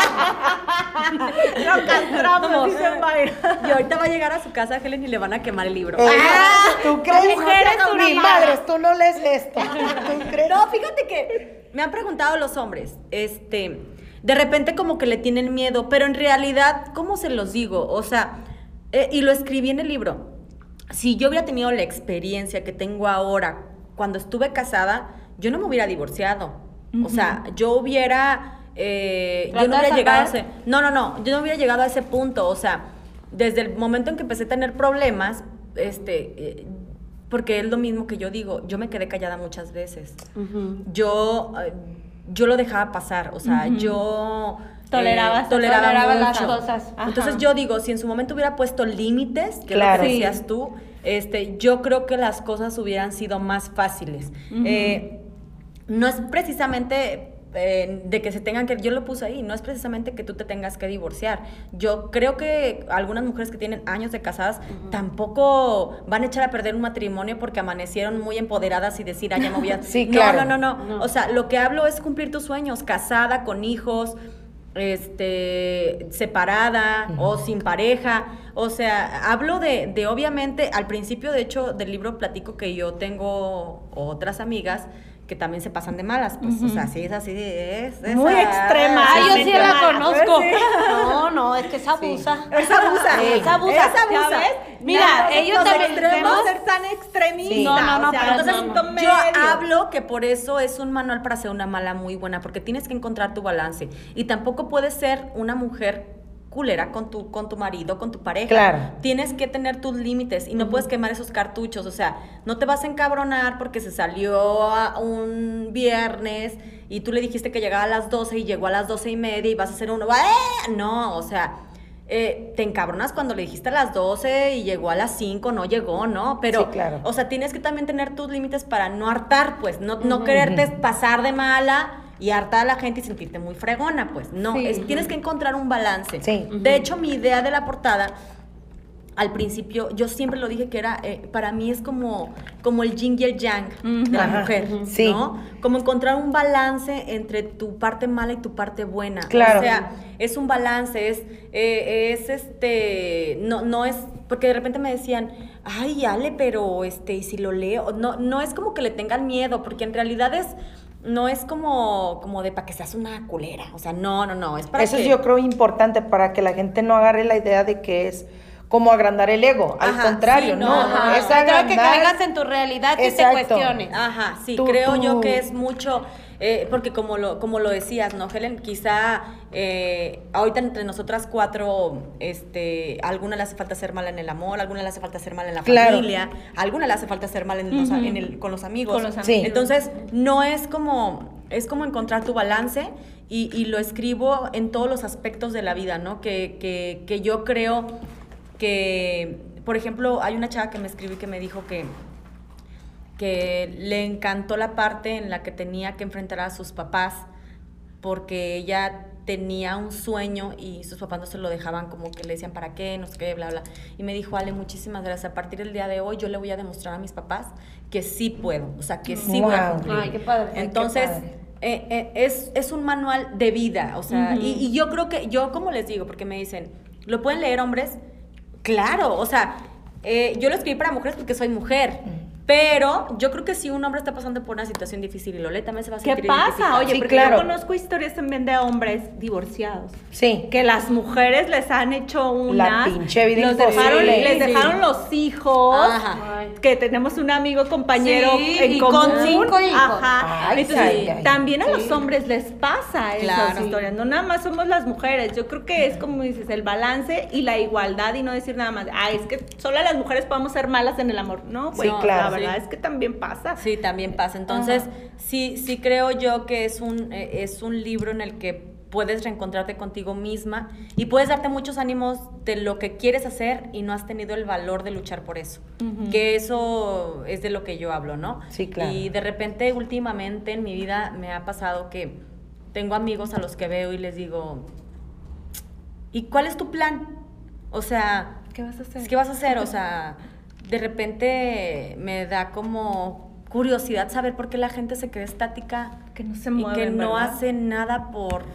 Lo castramos, dice Mayra. Y ahorita va a llegar a su casa Helen y le van a quemar el libro. ¿Tú crees? mujeres son Ni una madres, tú no lees esto. ¿Tú crees? No, fíjate que me han preguntado los hombres, de repente como que le tienen miedo, pero en realidad, ¿cómo se los digo? O sea, y lo escribí en el libro. Si yo hubiera tenido la experiencia que tengo ahora, cuando estuve casada, yo no me hubiera divorciado. O sea, yo no hubiera llegado a ese... No, yo no hubiera llegado a ese punto. O sea, desde el momento en que empecé a tener problemas, porque es lo mismo que yo digo, yo me quedé callada muchas veces. Yo lo dejaba pasar, o sea, yo Tolerabas las mucho. cosas. Ajá. Entonces yo digo, si en su momento hubiera puesto límites, que Claro. es lo que Sí. decías tú, yo creo que las cosas hubieran sido más fáciles. No es precisamente de que se tengan que, yo lo puse ahí, no es precisamente que tú te tengas que divorciar. Yo creo que algunas mujeres que tienen años de casadas tampoco van a echar a perder un matrimonio porque amanecieron muy empoderadas y decir, ah, ya me voy a... Sí, claro. No. O sea, lo que hablo es cumplir tus sueños, casada, con hijos, separada o sin pareja. O sea, hablo de obviamente, al principio, de hecho, del libro platico que yo tengo otras amigas que también se pasan de malas, pues, o sea, sí es así, es Muy extrema. Ay, yo sí Realmente la mala. conozco. Sí. No, es que es abusa. Es abusa. Es abusa. ¿Ya ves? Mira, Ya, ellos los también extremos tenemos- ser tan extremistas. Sí. No, o sea, pero entonces no, un no. punto Yo medio. hablo que por eso es un manual para ser una mala muy buena, porque tienes que encontrar tu balance. Y tampoco puedes ser una mujer culera con tu marido, con tu pareja. Claro. Tienes que tener tus límites y no puedes quemar esos cartuchos. O sea, no te vas a encabronar porque se salió un viernes y tú le dijiste que llegaba a las 12 y llegó a las 12:30 y vas a hacer uno. No, o sea, te encabronas cuando le dijiste a las 12 y llegó a las 5, no llegó, ¿no? Pero, Sí, claro. o sea, tienes que también tener tus límites para no hartar, pues, no quererte pasar de mala y hartar a la gente y sentirte muy fregona, pues, no, Sí. tienes que encontrar un balance. Sí. De hecho, mi idea de la portada, al principio, yo siempre lo dije que era, para mí es como el yin y el yang de la Ajá, mujer, sí. ¿no? Como encontrar un balance entre tu parte mala y tu parte buena. Claro. O sea, es un balance, no es, porque de repente me decían, ay, Ale, pero y si lo leo, no es como que le tengan miedo, porque en realidad no es como de para que seas una culera, o sea, no, es para Eso que... es, yo creo, importante para que la gente no agarre la idea de que es como agrandar el ego. Al Ajá, contrario, sí, no. no, Es Creo que agrandar. caigas en tu realidad y te Exacto. cuestiones. Ajá, sí, Tú- creo tú- yo que es mucho, porque como lo decías, ¿no, Helen? Quizá ahorita entre nosotras cuatro, a alguna le hace falta ser mala en el amor, a alguna le hace falta ser mala en la Claro. familia, a alguna le hace falta ser mala con los amigos. Con los amigos. Sí. Entonces, no es como encontrar tu balance y lo escribo en todos los aspectos de la vida, ¿no? Que yo creo que, por ejemplo, hay una chava que me escribió y que me dijo que le encantó la parte en la que tenía que enfrentar a sus papás porque ella tenía un sueño y sus papás no se lo dejaban, como que le decían para qué, no sé qué, bla, bla. Y me dijo, Ale, muchísimas gracias. A partir del día de hoy yo le voy a demostrar a mis papás que sí puedo, o sea, que sí voy a Wow. cumplir. Ay, qué padre. Entonces, es un manual de vida, o sea, y yo creo que, yo como les digo, porque me dicen, ¿lo pueden leer hombres? Claro, o sea, yo lo escribí para mujeres porque soy mujer, pero yo creo que si un hombre está pasando por una situación difícil y lo lee, también se va a ¿Qué sentir pasa? identificado. Oye, Sí, porque claro. yo conozco historias también de hombres divorciados. Sí. Que las mujeres les han hecho unas... pinche vida los dejaron, imposible. les Sí. dejaron los hijos. Ajá. Ay. Que tenemos un amigo, compañero Sí, en y común. con 5 hijos. Ajá. Ay, Entonces, ay, ay. también a los hombres les pasa esas Claro. historias. No nada más somos las mujeres. Yo creo que es como dices, el balance y la igualdad y no decir nada más, es que solo las mujeres podemos ser malas en el amor. No, Sí, güey, claro. la verdad Sí. es que también pasa. Sí, también pasa. Entonces, sí creo yo que es un libro en el que puedes reencontrarte contigo misma y puedes darte muchos ánimos de lo que quieres hacer y no has tenido el valor de luchar por eso. Que eso es de lo que yo hablo, ¿no? Sí, claro. Y de repente, últimamente en mi vida me ha pasado que tengo amigos a los que veo y les digo, ¿y cuál es tu plan? O sea, ¿Qué vas a hacer? ¿qué vas a hacer? O sea, de repente me da como curiosidad saber por qué la gente se queda estática Que no se y mueven, que no ¿verdad? hace nada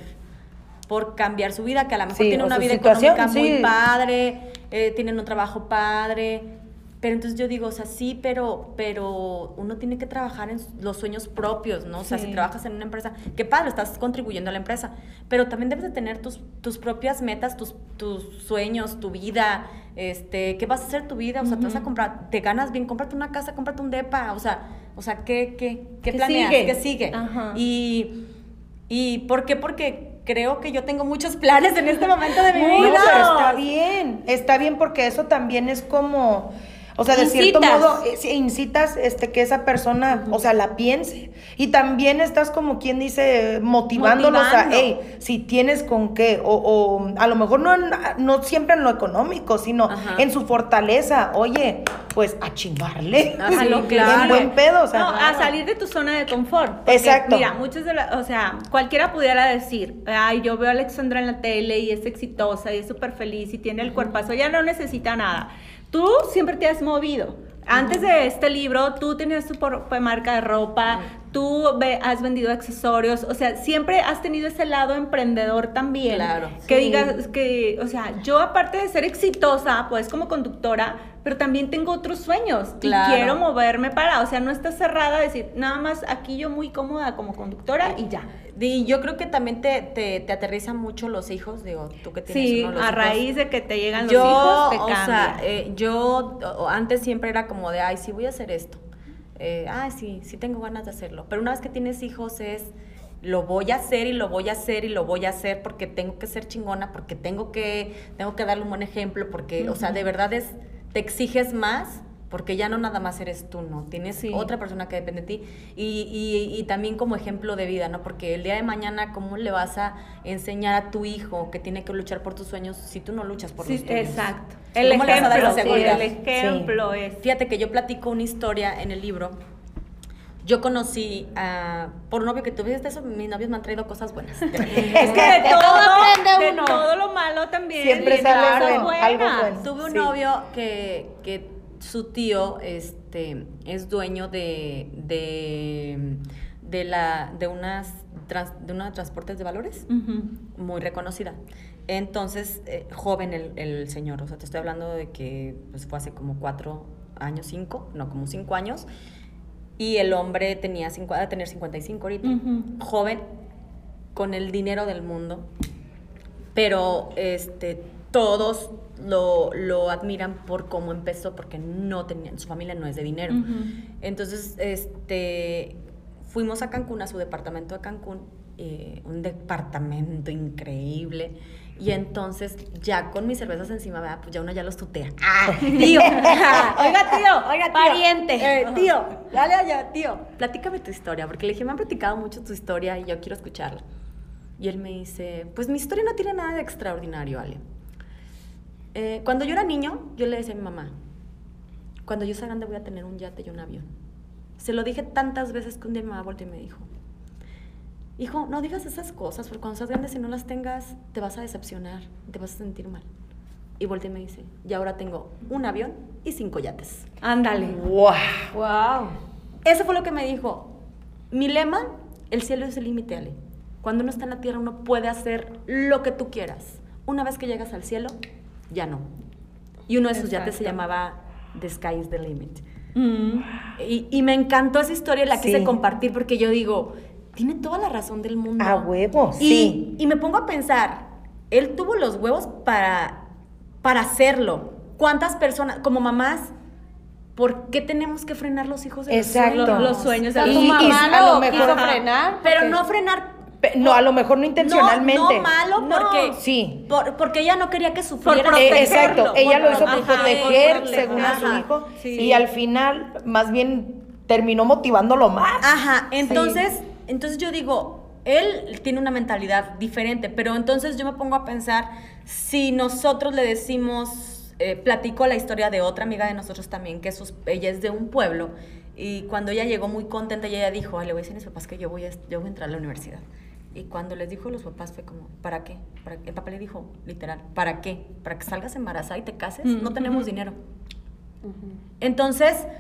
por cambiar su vida, que a lo mejor Sí, tienen o una su vida situación, económica muy sí. padre, tienen un trabajo padre, pero entonces yo digo, o sea, sí, pero uno tiene que trabajar en los sueños propios, ¿no? O sea, Sí. si trabajas en una empresa, qué padre, estás contribuyendo a la empresa, pero también debes de tener tus propias metas, tus sueños, tu vida, ¿qué vas a hacer tu vida? O sea, te vas a comprar, te ganas bien, cómprate una casa, cómprate un depa, o sea, ¿qué planeas? sigue? ¿Qué sigue? Ajá. ¿Y por qué? Porque creo que yo tengo muchos planes en este momento de mi No, vida. pero está bien porque eso también es como, o sea, de cierto Incitas. modo, incitas que esa persona, o sea, la piense. Y también estás como quien dice, motivándolos Motivando. a, hey, si tienes con qué, o a lo mejor no siempre en lo económico, sino Ajá. en su fortaleza. Oye, pues a chingarle. Ah, sí, En claro. buen pedo, o sea. No, a salir de tu zona de confort. Porque, Exacto. Mira, muchos o sea, cualquiera pudiera decir, ay, yo veo a Alexandra en la tele y es exitosa y es súper feliz y tiene el cuerpazo, ya no necesita nada. Tú siempre te has movido. Antes de este libro, tú tenías tu propia marca de ropa, tú has vendido accesorios, o sea, siempre has tenido ese lado emprendedor también. Claro. Que Sí. digas que, o sea, yo aparte de ser exitosa, pues como conductora, pero también tengo otros sueños Claro. y quiero moverme o sea, no estás cerrada a decir, nada más aquí yo muy cómoda como conductora y ya. Y yo creo que también te aterrizan mucho los hijos, digo, tú que tienes Sí, uno de los a hijos. raíz de que te llegan los Yo, hijos, te o cambia. sea, antes siempre era como de, ay, sí voy a hacer esto. Sí tengo ganas de hacerlo. Pero una vez que tienes hijos lo voy a hacer y lo voy a hacer y lo voy a hacer porque tengo que ser chingona, porque tengo que darle un buen ejemplo, porque, o sea, de verdad te exiges más. Porque ya no nada más eres tú, ¿no? Tienes Sí. otra persona que depende de ti. Y también como ejemplo de vida, ¿no? Porque el día de mañana, ¿cómo le vas a enseñar a tu hijo que tiene que luchar por tus sueños si tú no luchas por Sí, los tuyos? exacto. ¿Cómo El le vas a dar ejemplo, esa sí, seguridad? el ejemplo es. Fíjate que yo platico una historia en el libro. Yo conocí por un novio que tuve, eso, mis novios me han traído cosas buenas. Es que de aprende de uno. todo lo malo también. Siempre viene sale cosas algo buenas. bueno. Tuve un Sí. novio que su tío es dueño de unos transportes de valores Ujú. muy reconocida. Entonces, joven el señor, o sea, te estoy hablando de que pues, fue hace como 4 años, 5, no, como 5 años, y el hombre va a tener 55 ahorita, Ujú. joven, con el dinero del mundo, pero todos lo admiran por cómo empezó, porque su familia no es de dinero. Ujú. Entonces, fuimos a Cancún, a su departamento de Cancún, un departamento increíble, y entonces ya con mis cervezas encima, ¿verdad? Pues ya uno ya los tutea. ¡Ah, tío! Oiga, tío. Pariente. Tío, dale allá, tío. Platícame tu historia, porque le dije, me han platicado mucho tu historia y yo quiero escucharla. Y él me dice, pues mi historia no tiene nada de extraordinario, Ale. Cuando yo era niño, yo le decía a mi mamá, cuando yo sea grande voy a tener un yate y un avión. Se lo dije tantas veces que un día mi mamá volteó y me dijo, hijo, no digas esas cosas, porque cuando seas grande, si no las tengas, te vas a decepcionar, te vas a sentir mal. Y volteó y me dice, y ahora tengo un avión y 5 yates. Ándale. ¡Wow! Wow. Eso fue lo que me dijo. Mi lema, el cielo es el límite, Ale. Cuando uno está en la tierra, uno puede hacer lo que tú quieras. Una vez que llegas al cielo, ya no. Y uno de sus yates se llamaba The Sky is the Limit. Mm. Y me encantó esa historia y la quise Sí. compartir porque yo digo, tiene toda la razón del mundo. A huevo, sí. Y me pongo a pensar, él tuvo los huevos para hacerlo. ¿Cuántas personas, como mamás, por qué tenemos que frenar los hijos de Exacto. los sueños? Los sueños de O sea, los tu Y- hijos. mamá a lo lo mejor- quiso Ajá. frenar. Pero porque- no frenar. No, a lo mejor no intencionalmente. No malo porque, Sí. porque ella no quería que sufriera. protegerlo, Exacto, ella lo hizo por Ajá, proteger por según a su ajá. hijo Sí. y al final más bien terminó motivándolo más. Ajá, entonces yo digo, él tiene una mentalidad diferente, pero entonces yo me pongo a pensar, si nosotros le decimos, platico la historia de otra amiga de nosotros también, que ella es de un pueblo, y cuando ella llegó muy contenta, ella dijo, le voy a decir a mis papás que yo voy a entrar a la universidad. Y cuando les dijo a los papás fue como, ¿para qué? El papá le dijo, literal, ¿para qué? ¿Para que salgas embarazada y te cases? No tenemos dinero. Entonces,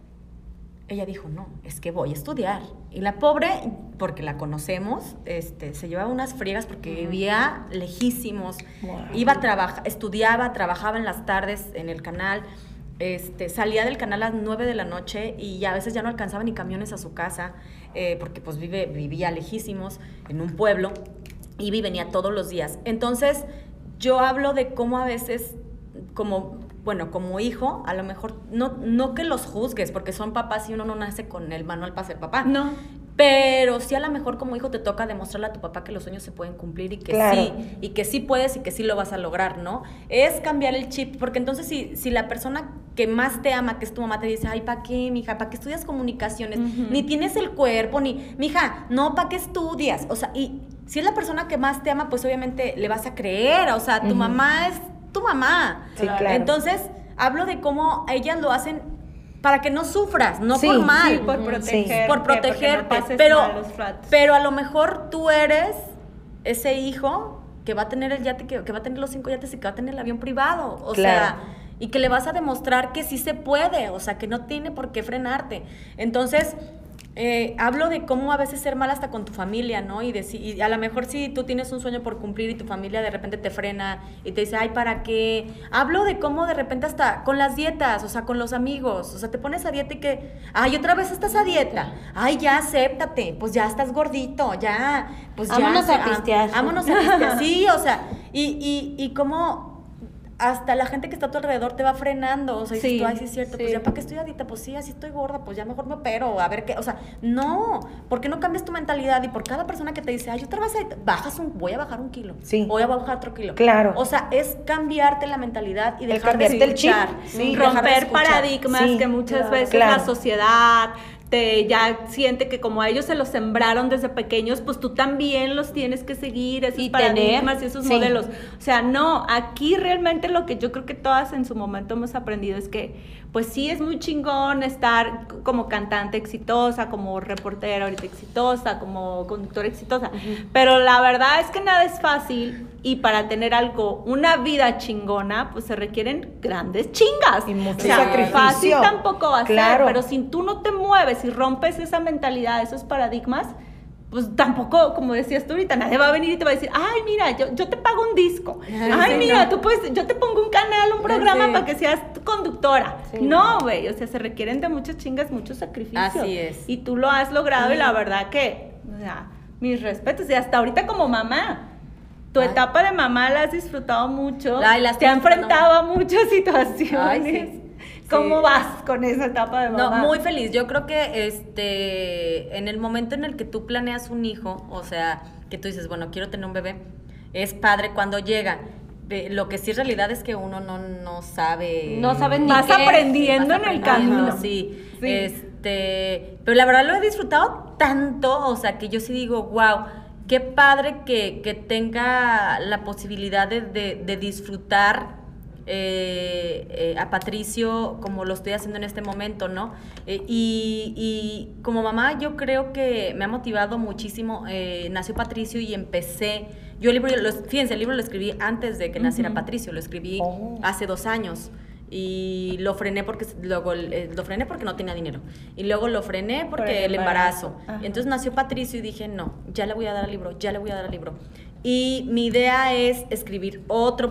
ella dijo, no, es que voy a estudiar. Y la pobre, porque la conocemos, se llevaba unas friegas porque vivía lejísimos. Iba a trabajar, estudiaba, trabajaba en las tardes en el canal. Salía del canal a las 9 de la noche y ya a veces ya no alcanzaba ni camiones a su casa, porque pues vivía lejísimos en un pueblo y venía todos los días. Entonces yo hablo de cómo a veces, como hijo, a lo mejor no que los juzgues, porque son papás y uno no nace con el manual para ser papá. No. Pero sí a lo mejor como hijo te toca demostrarle a tu papá que los sueños se pueden cumplir y que sí puedes y que sí lo vas a lograr, ¿no? Es cambiar el chip, porque entonces si la persona que más te ama, que es tu mamá, te dice, ay, ¿para qué, mija? ¿Para qué estudias comunicaciones? Ni tienes el cuerpo, mija, no, ¿para qué estudias? O sea, y si es la persona que más te ama, pues obviamente le vas a creer, o sea, tu mamá es tu mamá. Sí, claro. Entonces, hablo de cómo ellas lo hacen para que no sufras, no por mal. Sí, por protegerte. Por protegerte, no pero a lo mejor tú eres ese hijo que va a tener el yate, que va a tener los 5 yates y que va a tener el avión privado. O sea, y que le vas a demostrar que sí se puede, o sea, que no tiene por qué frenarte. Entonces, hablo de cómo a veces ser mal hasta con tu familia, ¿no? Y a lo mejor si tú tienes un sueño por cumplir y tu familia de repente te frena y te dice, ay, ¿para qué? Hablo de cómo de repente hasta con las dietas, o sea, con los amigos, o sea, te pones a dieta y que, ay, otra vez estás a dieta, ay, ya acéptate, pues ya estás gordito, ya, pues ya. Vámonos a pistear. Vámonos a pistear, sí, o sea, y cómo hasta la gente que está a tu alrededor te va frenando, o sea, dices tú, ay, sí es cierto, pues ya para qué estoy a dieta, pues sí, así estoy gorda, pues ya mejor me opero, a ver qué, o sea, no, ¿por qué no cambias tu mentalidad? Y por cada persona que te dice, ay, otra vez voy a bajar 1 kilo, voy a bajar otro kilo, claro, o sea, es cambiarte la mentalidad y dejar de escuchar, romper paradigmas que muchas veces la sociedad ya siente que como a ellos se los sembraron desde pequeños, pues tú también los tienes que seguir, esos paradigmas y esos modelos. O sea, no, aquí realmente lo que yo creo que todas en su momento hemos aprendido es que, pues sí es muy chingón estar como cantante exitosa, como reportera ahorita exitosa, como conductora exitosa, pero la verdad es que nada es fácil y para tener una vida chingona, pues se requieren grandes chingas. Y mucho sacrificio. Fácil tampoco va a ser, pero si tú no te mueves y rompes esa mentalidad, esos paradigmas, pues tampoco, como decías tú ahorita, nadie va a venir y te va a decir, ay, mira, yo te pago un disco. Ay, mira, tú puedes, yo te pongo un canal, un programa para que seas conductora. No, güey, o sea, se requieren de muchas chingas, mucho sacrificio. Así es. Y tú lo has logrado y la verdad que, o sea, mis respetos. Y hasta ahorita como mamá, tu etapa de mamá la has disfrutado mucho. Te ha enfrentado a muchas situaciones. Ay, ¿Cómo vas con esa etapa de mamá? No, muy feliz. Yo creo que en el momento en el que tú planeas un hijo, o sea, que tú dices, bueno, quiero tener un bebé, es padre cuando llega. Lo que sí en realidad es que uno no sabe. No sabes ni vas aprendiendo en el camino. Sí. Pero la verdad lo he disfrutado tanto, o sea, que yo sí digo, wow, qué padre que tenga la posibilidad de disfrutar a Patricio como lo estoy haciendo en este momento, ¿no? Y como mamá yo creo que me ha motivado muchísimo. Nació Patricio y empecé, yo el libro, fíjense, el libro lo escribí antes de que naciera Patricio, lo escribí hace 2 años. Y lo frené porque no tenía dinero. Y luego lo frené porque el embarazo. Y entonces nació Patricio y dije, no, ya le voy a dar al libro. Y mi idea es escribir otro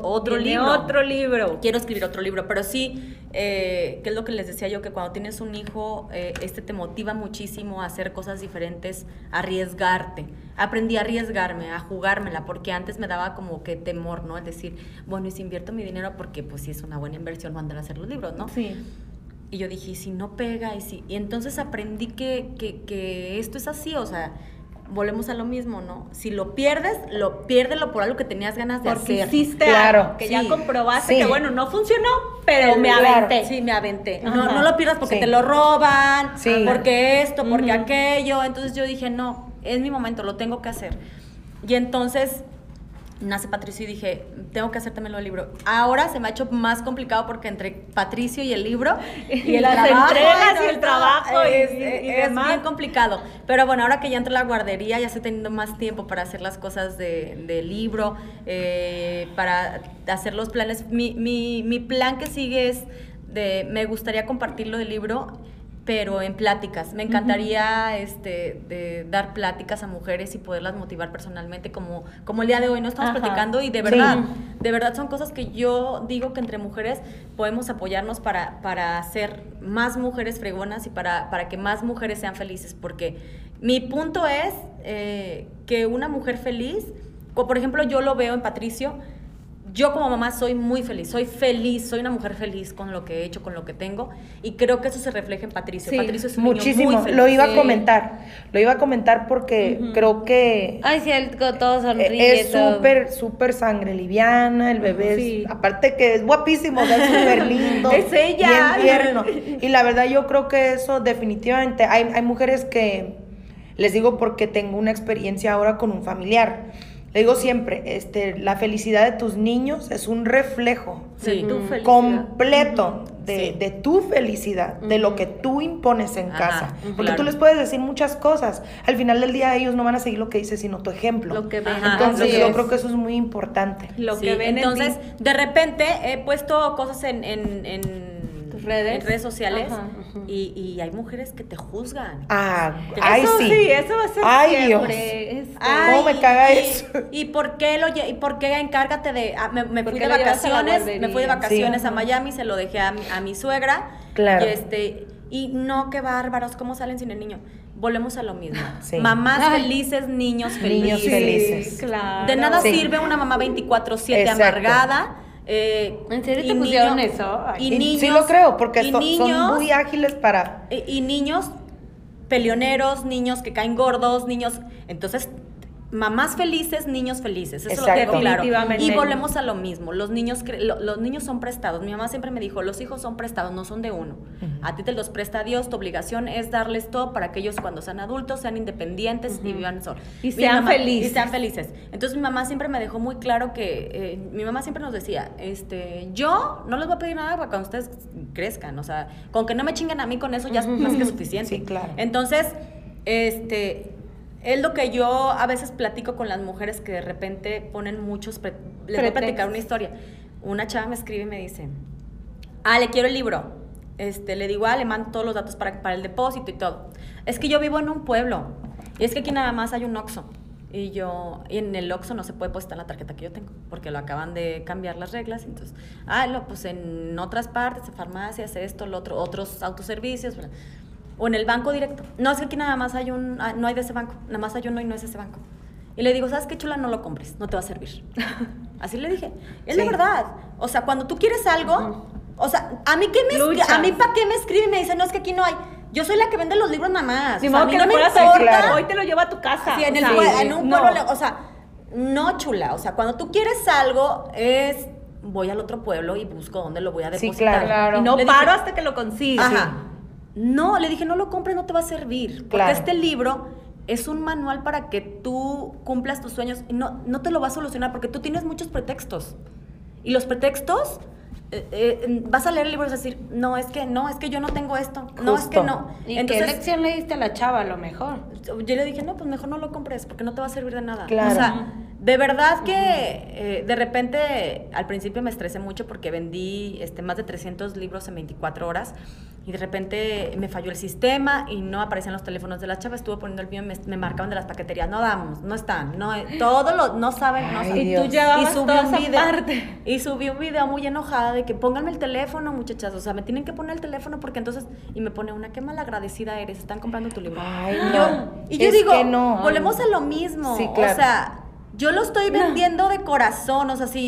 libro. Quiero escribir otro libro, pero sí, que es lo que les decía yo, que cuando tienes un hijo, te motiva muchísimo a hacer cosas diferentes, a arriesgarte. Aprendí a arriesgarme, a jugármela, porque antes me daba como que temor, ¿no? Es decir, bueno, y si invierto mi dinero, porque pues sí es una buena inversión mandar a hacer los libros, ¿no? Sí. Y yo dije, ¿y si no pega? Y entonces aprendí que esto es así, o sea, volvemos a lo mismo, ¿no? Si lo pierdes, piérdelo por algo que tenías ganas de Porque hacer. hiciste Claro. algo, que ya Sí. comprobaste Sí. que, bueno, no funcionó, pero me Claro. aventé. Sí, me aventé. Ajá. No lo pierdas porque Sí. te lo roban, Sí. porque esto, porque Ujú. aquello. Entonces yo dije, no, es mi momento, lo tengo que hacer. Y entonces nace Patricio y dije, tengo que hacértemelo el libro. Ahora se me ha hecho más complicado porque entre Patricio y el libro y el Las trabajo, entregas y ¿no? el trabajo es y demás. bien complicado. Pero bueno, ahora que ya entré a la guardería, ya estoy teniendo más tiempo para hacer las cosas del libro, para hacer los planes. Mi plan que sigue es me gustaría compartirlo del libro, pero en pláticas. Me encantaría de dar pláticas a mujeres y poderlas motivar personalmente, como el día de hoy no estamos Ajá. platicando, y de verdad son cosas que yo digo que entre mujeres podemos apoyarnos para ser más mujeres fregonas y para que más mujeres sean felices, porque mi punto es que una mujer feliz, por ejemplo, yo lo veo en Patricio. Yo como mamá soy muy feliz, soy una mujer feliz con lo que he hecho, con lo que tengo, y creo que eso se refleja en Patricio. Sí, Patricio es un muchísimo. niño muy feliz. Lo iba a Sí. comentar porque creo que Ay, sí, él con todo sonríe. es todo. súper sangre liviana, el bebé Sí. aparte que es guapísimo, es súper lindo. Es ella. Bien tierno. Y la verdad yo creo que eso definitivamente, hay mujeres que, les digo porque tengo una experiencia ahora con un familiar. Le digo siempre, la felicidad de tus niños es un reflejo Sí. Tu felicidad. completo Sí. de tu felicidad, de lo que tú impones en Ajá, casa. Porque claro. tú les puedes decir muchas cosas. Al final del día ellos no van a seguir lo que dices, sino tu ejemplo. Lo que ven. Ajá, Entonces así yo es. creo que eso es muy importante. Lo Sí, que ven entonces, en ti. de repente he puesto cosas en ¿Tus redes? en redes sociales, Ajá. y hay mujeres que te juzgan. Ay, Eso sí. eso va a ser Ay, siempre. ¿Cómo me caga y- eso? ¿Y por qué encárgate de me ¿Por fui qué de lo llevas a la vacaciones, guardería? me fui de vacaciones Sí. a Miami, se lo dejé a mi suegra. Claro. Y no, qué bárbaros, ¿cómo salen sin el niño? Volvemos a lo mismo. Sí. Mamás Ay. felices, niños felices. Niños felices. Sí, claro. De nada Sí. sirve una mamá 24/7 Exacto. amargada. ¿En serio y te pusieron eso? Ay. Y Y niños, sí lo creo, porque y son niños- muy ágiles para... y niños peleoneros, niños que caen gordos, niños... Entonces, mamás felices, niños felices. Eso lo Exacto. tengo claro. Definitivamente. Y volvemos a lo mismo. Los niños son prestados. Mi mamá siempre me dijo, los hijos son prestados, no son de uno. A ti te los presta Dios, tu obligación es darles todo para que ellos cuando sean adultos sean independientes y vivan solos. Y sean felices. Y sean felices. Entonces mi mamá siempre me dejó muy claro que, mi mamá siempre nos decía, yo no les voy a pedir nada para cuando ustedes crezcan. O sea, con que no me chinguen a mí con eso ya es más que suficiente. Sí, claro. Entonces, es lo que yo a veces platico con las mujeres que de repente ponen muchos... Les voy a platicar una historia. Una chava me escribe y me dice, le quiero el libro. Le digo, le mando todos los datos para el depósito y todo. Es que yo vivo en un pueblo. Y es que aquí nada más hay un Oxxo. Y en el Oxxo no se puede depositar la tarjeta que yo tengo, porque lo acaban de cambiar las reglas. Entonces, pues en otras partes, en farmacias, esto, lo otro, otros autoservicios, ¿verdad? O en el banco directo. No, es que aquí nada más hay no hay de ese banco, nada más hay uno y no es ese banco. Y le digo, ¿sabes qué, chula? No lo compres, no te va a servir. Así le dije. Es Sí. la verdad. O sea, cuando tú quieres algo, o sea, ¿a mí Luchas. para qué me escribe y me dice, no, es que aquí no hay? Yo soy la que vende los libros nada más. Ni O sea, a modo mí que no me fueras importa. a decir, Claro. hoy te lo llevo a tu casa. Sí, en O sea, un no. pueblo, o sea, no, chula. O sea, cuando tú quieres algo, voy al otro pueblo y busco dónde lo voy a Sí, depositar. claro. Y no Le paro dije, hasta que lo consigas. Ajá. No, le dije, no lo compres, no te va a servir. Porque Claro. este libro es un manual para que tú cumplas tus sueños. Y no te lo va a solucionar porque tú tienes muchos pretextos. Y los pretextos, vas a leer el libro y vas a decir, no, es que yo no tengo esto. No, es que Justo. no. ¿Y qué lección le diste a la chava a lo mejor? Yo le dije, no, pues mejor no lo compres porque no te va a servir de nada. Claro. O sea, de verdad que de repente al principio me estresé mucho porque vendí más de 300 libros en 24 horas y de repente me falló el sistema y no aparecían los teléfonos de las chavas. Estuve poniendo el mío y me marcaban de las paqueterías. No damos, no están, no saben, no Ay, saben. Y Dios. tú llevabas subí toda un esa video parte. y subí un video muy enojada de que pónganme el teléfono, muchachas, o sea, me tienen que poner el teléfono porque entonces, y me pone una, qué malagradecida eres, están comprando tu libro. Ay, Yo Es digo, que volvemos a lo mismo. Sí, claro. O sea, yo lo estoy vendiendo de corazón, o sea, si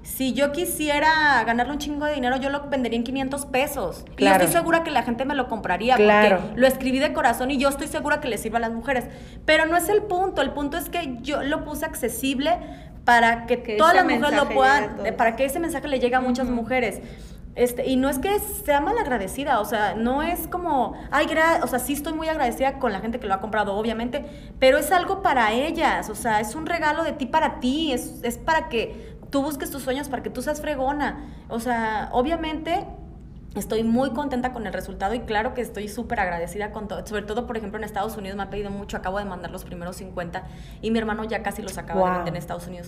si yo quisiera ganarle un chingo de dinero, yo lo vendería en 500 pesos. Claro. Y yo estoy segura que la gente me lo compraría. Claro. Porque lo escribí de corazón y yo estoy segura que le sirve a las mujeres. Pero no es el punto. El punto es que yo lo puse accesible para que todas las mujeres lo puedan, para que ese mensaje le llegue a muchas mujeres. Y no es que sea malagradecida, o sea, no es como, o sea, sí estoy muy agradecida con la gente que lo ha comprado, obviamente, pero es algo para ellas, o sea, es un regalo de ti para ti, es para que tú busques tus sueños, para que tú seas fregona, o sea, obviamente estoy muy contenta con el resultado y claro que estoy súper agradecida con todo, sobre todo, por ejemplo, en Estados Unidos me ha pedido mucho, acabo de mandar los primeros 50 y mi hermano ya casi los acaba de vender en Estados Unidos.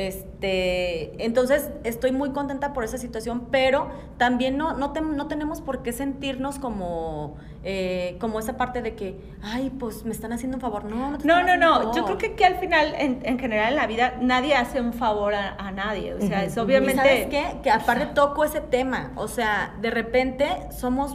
Entonces, estoy muy contenta por esa situación, pero también no tenemos por qué sentirnos como esa parte de que, ay, pues me están haciendo un favor. No. Yo creo que al final, en general en la vida, nadie hace un favor a nadie, o sea, es obviamente... ¿Y sabes qué? Que aparte toco ese tema, o sea, de repente somos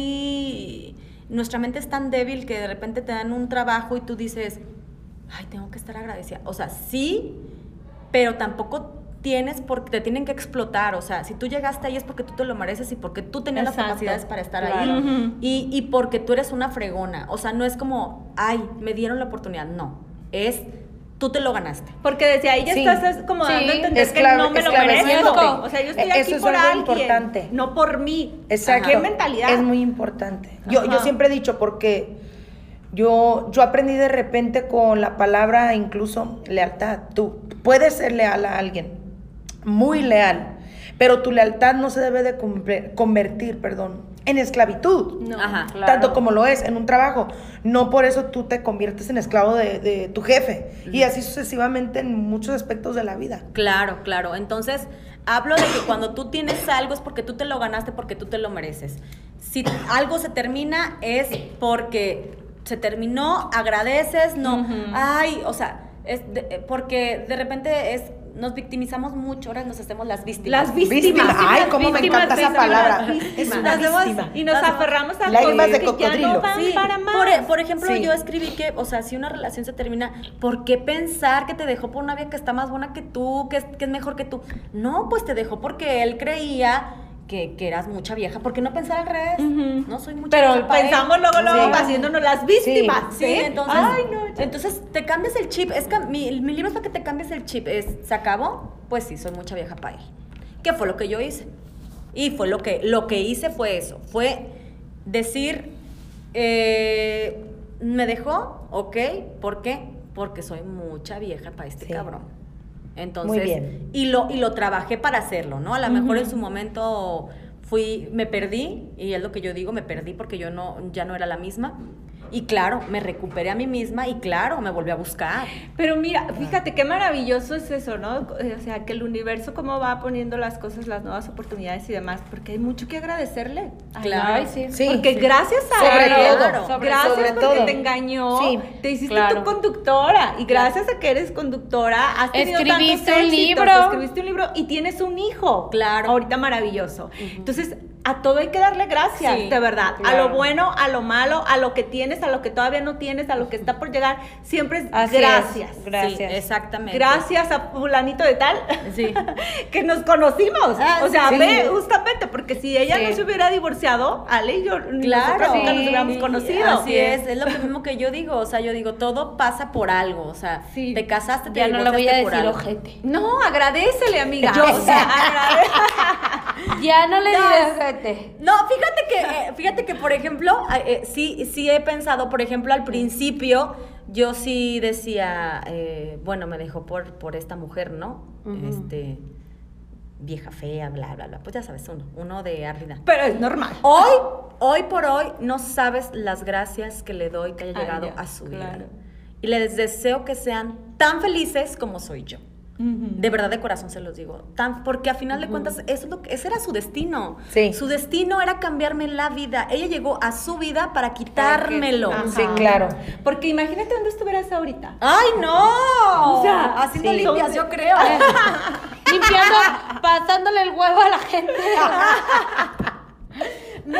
nuestra mente es tan débil que de repente te dan un trabajo y tú dices, ay, tengo que estar agradecida. O sea, sí, pero tampoco te tienen que explotar. O sea, si tú llegaste ahí es porque tú te lo mereces y porque tú tenías las capacidades para estar ahí. Y porque tú eres una fregona. O sea, no es como, ay, me dieron la oportunidad. No, tú te lo ganaste. Porque desde ahí ya estás como dando a entender que no me lo merezco. O sea, yo estoy aquí por alguien, importante. No por mí. Exacto. ¿Qué mentalidad? Es muy importante. Yo siempre he dicho, porque yo aprendí de repente con la palabra incluso lealtad. Tú puedes ser leal a alguien, muy leal, pero tu lealtad no se debe de convertir, en esclavitud. No, claro. Tanto como lo es en un trabajo. No por eso tú te conviertes en esclavo de tu jefe. Y así sucesivamente en muchos aspectos de la vida. Claro. Entonces, hablo de que cuando tú tienes algo es porque tú te lo ganaste, porque tú te lo mereces. Si algo se termina es porque se terminó, agradeces, no. Ay, o sea, porque de repente nos victimizamos mucho, ahora nos hacemos las víctimas. Las víctimas. Ay, cómo me encanta esa palabra. Es una víctima. Y nos aferramos a lágrimas de cosas que ya no van para más. Por ejemplo, yo escribí que, o sea, si una relación se termina, ¿por qué pensar que te dejó por una vieja que está más buena que tú, que es mejor que tú? No, pues te dejó porque él creía que eras mucha vieja, porque no pensar al revés. No soy mucha vieja. Pero pensamos luego haciéndonos las víctimas. Sí, entonces te cambias el chip. Mi libro es para que te cambies el chip. ¿Se acabó? Pues sí, soy mucha vieja para él. ¿Qué fue lo que yo hice? Y fue lo que hice fue eso. Fue decir, me dejó, ok, ¿por qué? Porque soy mucha vieja para este cabrón. Entonces, muy bien. Y lo trabajé para hacerlo, ¿no? A lo mejor en su momento me perdí, y es lo que yo digo, me perdí porque ya no era la misma. Y claro, me recuperé a mí misma y claro, me volví a buscar. Pero mira, fíjate qué maravilloso es eso, ¿no? O sea, que el universo cómo va poniendo las cosas, las nuevas oportunidades y demás, porque hay mucho que agradecerle. Claro. Sí. Porque gracias a él, gracias porque te engañó, te hiciste tu conductora, y gracias a que eres conductora, has tenido escribiste tantos un éxitos, libro. escribiste un libro y tienes un hijo. Claro. Ahorita maravilloso. Entonces, a todo hay que darle gracias, de verdad. Claro. A lo bueno, a lo malo, a lo que tienes, a lo que todavía no tienes, a lo que está por llegar, siempre es gracias. Gracias. Sí, exactamente. Gracias a fulanito de tal, Sí. que nos conocimos. O sea, sí. ve, justamente, porque si ella no se hubiera divorciado, Ale y yo nosotros nunca nos hubiéramos conocido. Así es lo mismo que yo digo, o sea, yo digo, todo pasa por algo, o sea, te casaste, te Ya no le voy a divorciaste por decir algo. ojete. No, agradécele, amiga. Yo o sea, Ya no le diré ojete. No, fíjate que por ejemplo, sí he pensado, por ejemplo, al principio, yo sí decía, bueno, me dejó por esta mujer, ¿no? Vieja fea, bla, bla, bla. Pues ya sabes, uno de ardida. Pero es normal. Hoy por hoy, no sabes las gracias que le doy que haya llegado a su vida. Y les deseo que sean tan felices como soy yo. De verdad, de corazón se los digo. Porque a final de cuentas, ese era su destino. Sí. Su destino era cambiarme la vida. Ella llegó a su vida para quitármelo. Sí, claro. Porque imagínate dónde estuvieras ahorita. ¡Ay, no! O sea, haciendo sí. limpias, yo creo. Limpiando, pasándole el huevo a la gente. No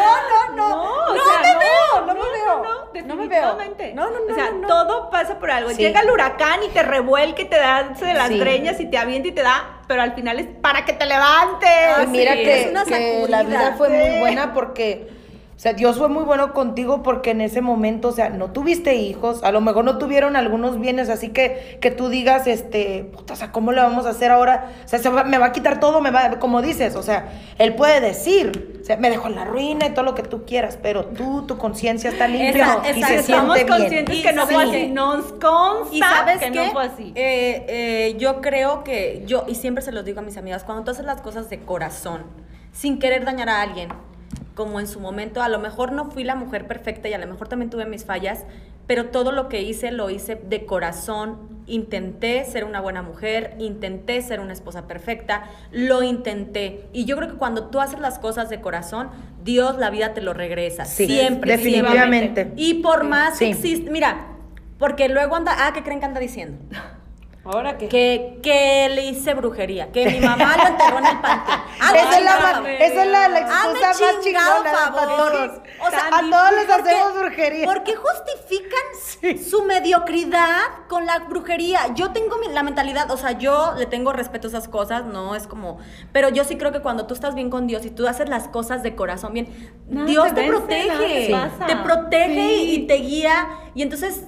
me veo. Definitivamente. No. O sea, todo pasa por algo. Llega el huracán y te revuelca y te da de las greñas y te avienta y te da, pero al final es para que te levantes. Y mira sí, que, es una que la sacudida. vida fue muy buena porque, o sea, Dios fue muy bueno contigo porque en ese momento, o sea, no tuviste hijos, a lo mejor no tuvieron algunos bienes, así que tú digas, puta, o sea, ¿cómo le vamos a hacer ahora? O sea, me va a quitar todo, como dices, o sea, él puede decir, o sea, me dejó en la ruina y todo lo que tú quieras, pero tu conciencia está limpia y se Estamos siente bien. conscientes que no fue así. Nos consta ¿Y sabes que qué? no fue así. Yo creo que y siempre se los digo a mis amigas, cuando tú haces las cosas de corazón, sin querer dañar a alguien, como en su momento, a lo mejor no fui la mujer perfecta y a lo mejor también tuve mis fallas, pero todo lo que hice, lo hice de corazón. Intenté ser una buena mujer, intenté ser una esposa perfecta, lo intenté. Y yo creo que cuando tú haces las cosas de corazón, Dios, la vida te lo regresa. Sí, siempre. definitivamente. Siempre. Y por más Sí. que existe, mira, porque luego anda, ¿qué creen que anda diciendo? ¿Ahora qué? Que le hice brujería, que mi mamá lo enterró en el panteón. Esa es la excusa más chingado chingona favor. para todos. O sea, a todos les ¿por qué? hacemos brujería. ¿Por qué justifican su mediocridad con la brujería? Yo tengo la mentalidad, o sea, yo le tengo respeto a esas cosas, no es como, pero yo sí creo que cuando tú estás bien con Dios y tú haces las cosas de corazón bien, Nada Dios te te vence, protege, nada te pasa. te protege Sí. y te guía. Y entonces,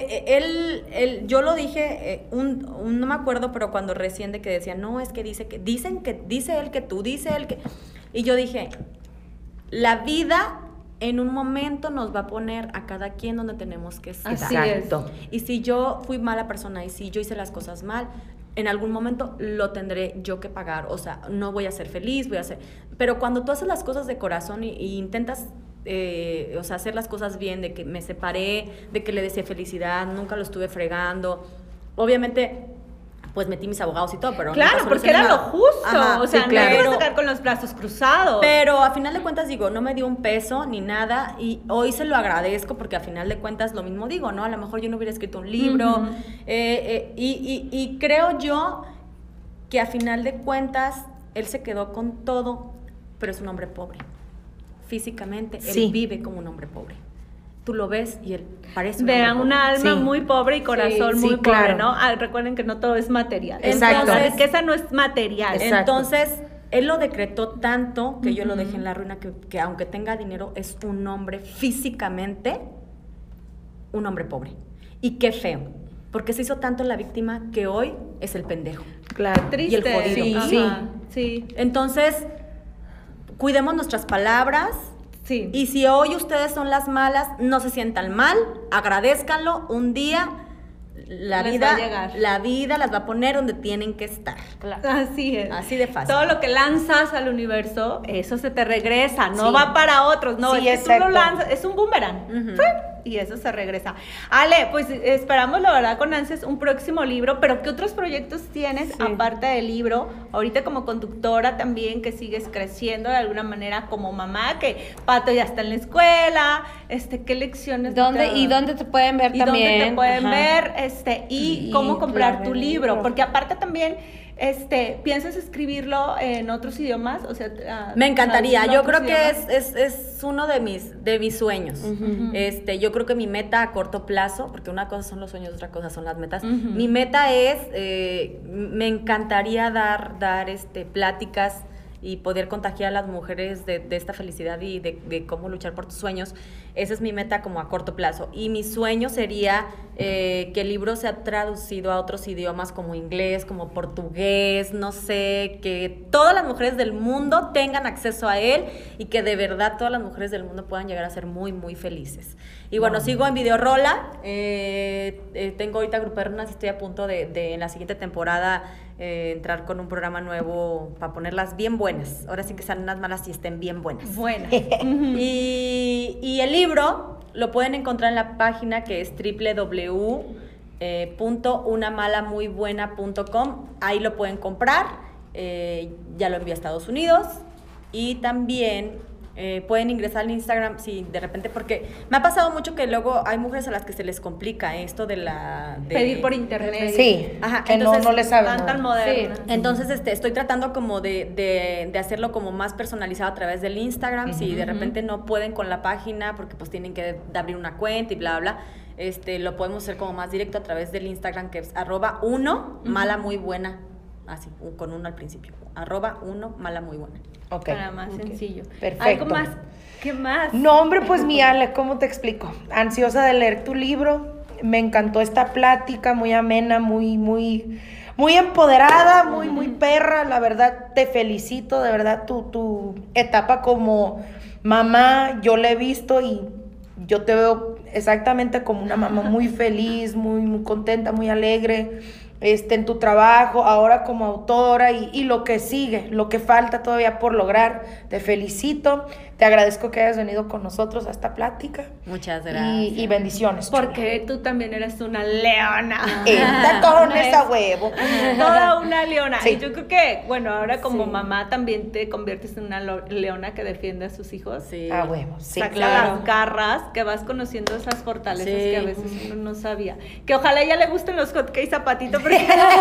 yo lo dije, no me acuerdo, pero cuando recién de que decía, no, es que dice él que tú, dice él que... Y yo dije, la vida en un momento nos va a poner a cada quien donde tenemos que estar. Así es. Exacto. Y si yo fui mala persona y si yo hice las cosas mal, en algún momento lo tendré yo que pagar. O sea, no voy a ser feliz, pero cuando tú haces las cosas de corazón y intentas, o sea, hacer las cosas bien, de que me separé, de que le deseé felicidad, nunca lo estuve fregando. Obviamente, pues metí mis abogados y todo, pero Claro, nunca porque solucioné era lo nada. justo. Ajá, o sea, sí, claro. no ibas a sacar con los brazos cruzados. Pero a final de cuentas digo, no me dio un peso ni nada y hoy se lo agradezco porque a final de cuentas lo mismo digo, ¿no? A lo mejor yo no hubiera escrito un libro. Ujú. Y creo yo que a final de cuentas él se quedó con todo, pero es un hombre pobre. Físicamente, Sí. él vive como un hombre pobre. Tú lo ves y él parece un Vean hombre una pobre. alma Sí. muy pobre y corazón Sí, muy sí, pobre, claro. ¿no? Recuerden que no todo es material. Exacto. La riqueza no es material. Exacto. Entonces, él lo decretó tanto que yo lo dejé en la ruina, que aunque tenga dinero, es un hombre físicamente, un hombre pobre. Y qué feo, porque se hizo tanto la víctima que hoy es el pendejo. Claro. Triste. Y el jodido. Ajá, Sí. Sí. Entonces, cuidemos nuestras palabras. Sí. Y si hoy ustedes son las malas, no se sientan mal, agradézcanlo. Un día Les va a llegar. la vida las va a poner donde tienen que estar. Así es. Así de fácil. Todo lo que lanzas al universo, eso se te regresa, no Sí. va para otros, no, Sí, es que tú exacto. lo lanzas, es un boomerang. Ujú. Y eso se regresa. Ale, pues esperamos la verdad con ansias un próximo libro, pero ¿qué otros proyectos tienes aparte del libro? Ahorita como conductora también, que sigues creciendo de alguna manera como mamá, que Pato ya está en la escuela, ¿qué lecciones? ¿Y dónde te pueden ver ¿Y también? dónde te pueden Ajá. ver? Y cómo comprar claro, tu el libro, libro. porque aparte también, ¿piensas escribirlo en otros idiomas? O sea, Me encantaría, traducirlo a yo otros creo que idiomas. es uno de mis sueños. Yo creo que mi meta a corto plazo, porque una cosa son los sueños, otra cosa son las metas. Mi meta es, me encantaría dar pláticas y poder contagiar a las mujeres de esta felicidad y de cómo luchar por tus sueños. Esa es mi meta como a corto plazo. Y mi sueño sería que el libro sea traducido a otros idiomas como inglés, como portugués, no sé, que todas las mujeres del mundo tengan acceso a él y que de verdad todas las mujeres del mundo puedan llegar a ser muy, muy felices. Y bueno, sigo en Videorola, tengo ahorita Grupo Hernas y estoy a punto de en la siguiente temporada entrar con un programa nuevo para ponerlas bien buenas. Ahora sí que sean unas malas y estén bien buenas. Buena. Y el libro lo pueden encontrar en la página que es www.unamalmuybuena.com. Ahí lo pueden comprar. Ya lo envié a Estados Unidos. Y también Pueden ingresar al Instagram si de repente, porque me ha pasado mucho que luego hay mujeres a las que se les complica esto de pedir por internet. Sí, Ajá, que entonces, no le saben. Tan ¿no? moderna. Entonces, estoy tratando como de hacerlo como más personalizado a través del Instagram. Si de repente no pueden con la página porque pues tienen que de abrir una cuenta y bla, bla, lo podemos hacer como más directo a través del Instagram, que es @1 mala muy buena, así, con 1 al principio, @1 mala muy buena. Ok. Para más sencillo. Perfecto. ¿Algo más? ¿Qué más? No, hombre, pues mi Ale, ¿cómo te explico? Ansiosa de leer tu libro. Me encantó esta plática, muy amena, muy empoderada, muy perra. La verdad, te felicito, de verdad, tu etapa como mamá, yo la he visto y yo te veo exactamente como una mamá muy feliz, muy contenta, muy alegre. En tu trabajo, ahora como autora y lo que sigue, lo que falta todavía por lograr. Te felicito, te agradezco que hayas venido con nosotros a esta plática. Muchas gracias. Y bendiciones. Porque tú también eres una leona. Tacones a huevo. Toda una leona. Sí. Y yo creo que, bueno, ahora como mamá también te conviertes en una leona que defiende a sus hijos. Sí. A huevo, sí. Saca claro. las garras, que vas conociendo esas fortalezas Sí. que a veces uno no sabía. Que ojalá a ella le gusten los hotcakes zapatito, porque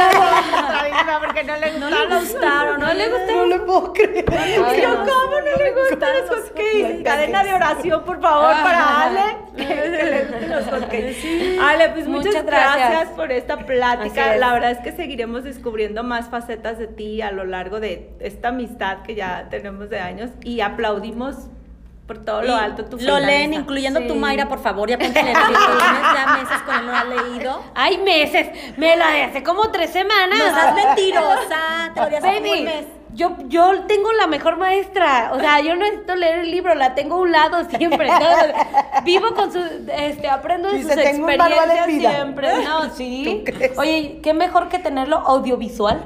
no le gustaron. No le gustaron. No le puedo creer. Y yo, ¿cómo no le gustan los hotcakes? Cadena de oración, por favor, para Ale, que le gusten los hotcakes. Ale, pues muchas gracias por esta plática. Así es. La verdad es que seguiremos descubriendo más facetas de ti a lo largo de esta amistad que ya tenemos de años y aplaudimos por todo lo alto tu Lo leen, finalista. incluyendo Sí. tu Mayra, por favor, ya ponte leer. Tienes ya meses con él, no lo ha leído. ¡Ay, meses! Me la de hace como 3 semanas. No seas mentirosa, te lo di hace como un Baby, mes. yo tengo la mejor maestra. O sea, yo no necesito leer el libro, la tengo a un lado siempre. Entonces, vivo con su, aprendo de Dice, sus tengo un manual de experiencias vida. siempre. No, sí. ¿Tú crees? Oye, qué mejor que tenerlo audiovisual.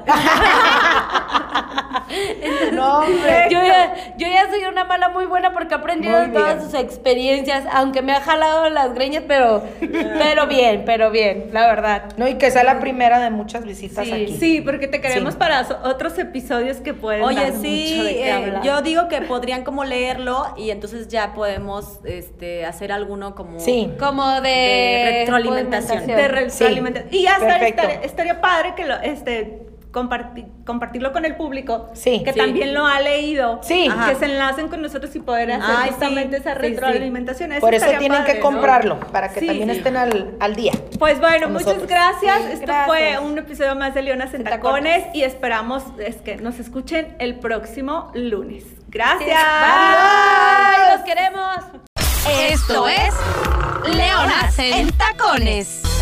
No, hombre. Yo ya soy una mala muy buena porque he aprendido Muy de todas bien. sus experiencias, aunque me ha jalado las greñas, pero bien, la verdad. No, y que sea la primera de muchas visitas Sí, aquí. Sí, porque te queremos Sí. para otros episodios que pueden Oye, dar sí, mucho de qué hablar. yo digo que podrían como leerlo y entonces ya podemos hacer alguno como... Sí. Como De retroalimentación. De retroalimentación. Y hasta perfecto. estaría padre que lo compartirlo con el público, Sí. que Sí. también lo ha leído, Sí. que se enlacen con nosotros y poder hacer Ay, justamente sí. esa Sí, sí. retroalimentación. Por eso estaría tienen padre, que ¿no? comprarlo, para que Sí, también sí. estén al día. Pues bueno, con muchas nosotros. gracias. Esto Gracias. fue un episodio más de Leonas en Tacones y esperamos que nos escuchen el próximo lunes. Gracias. Bye, los queremos. Esto es Leonas en Tacones.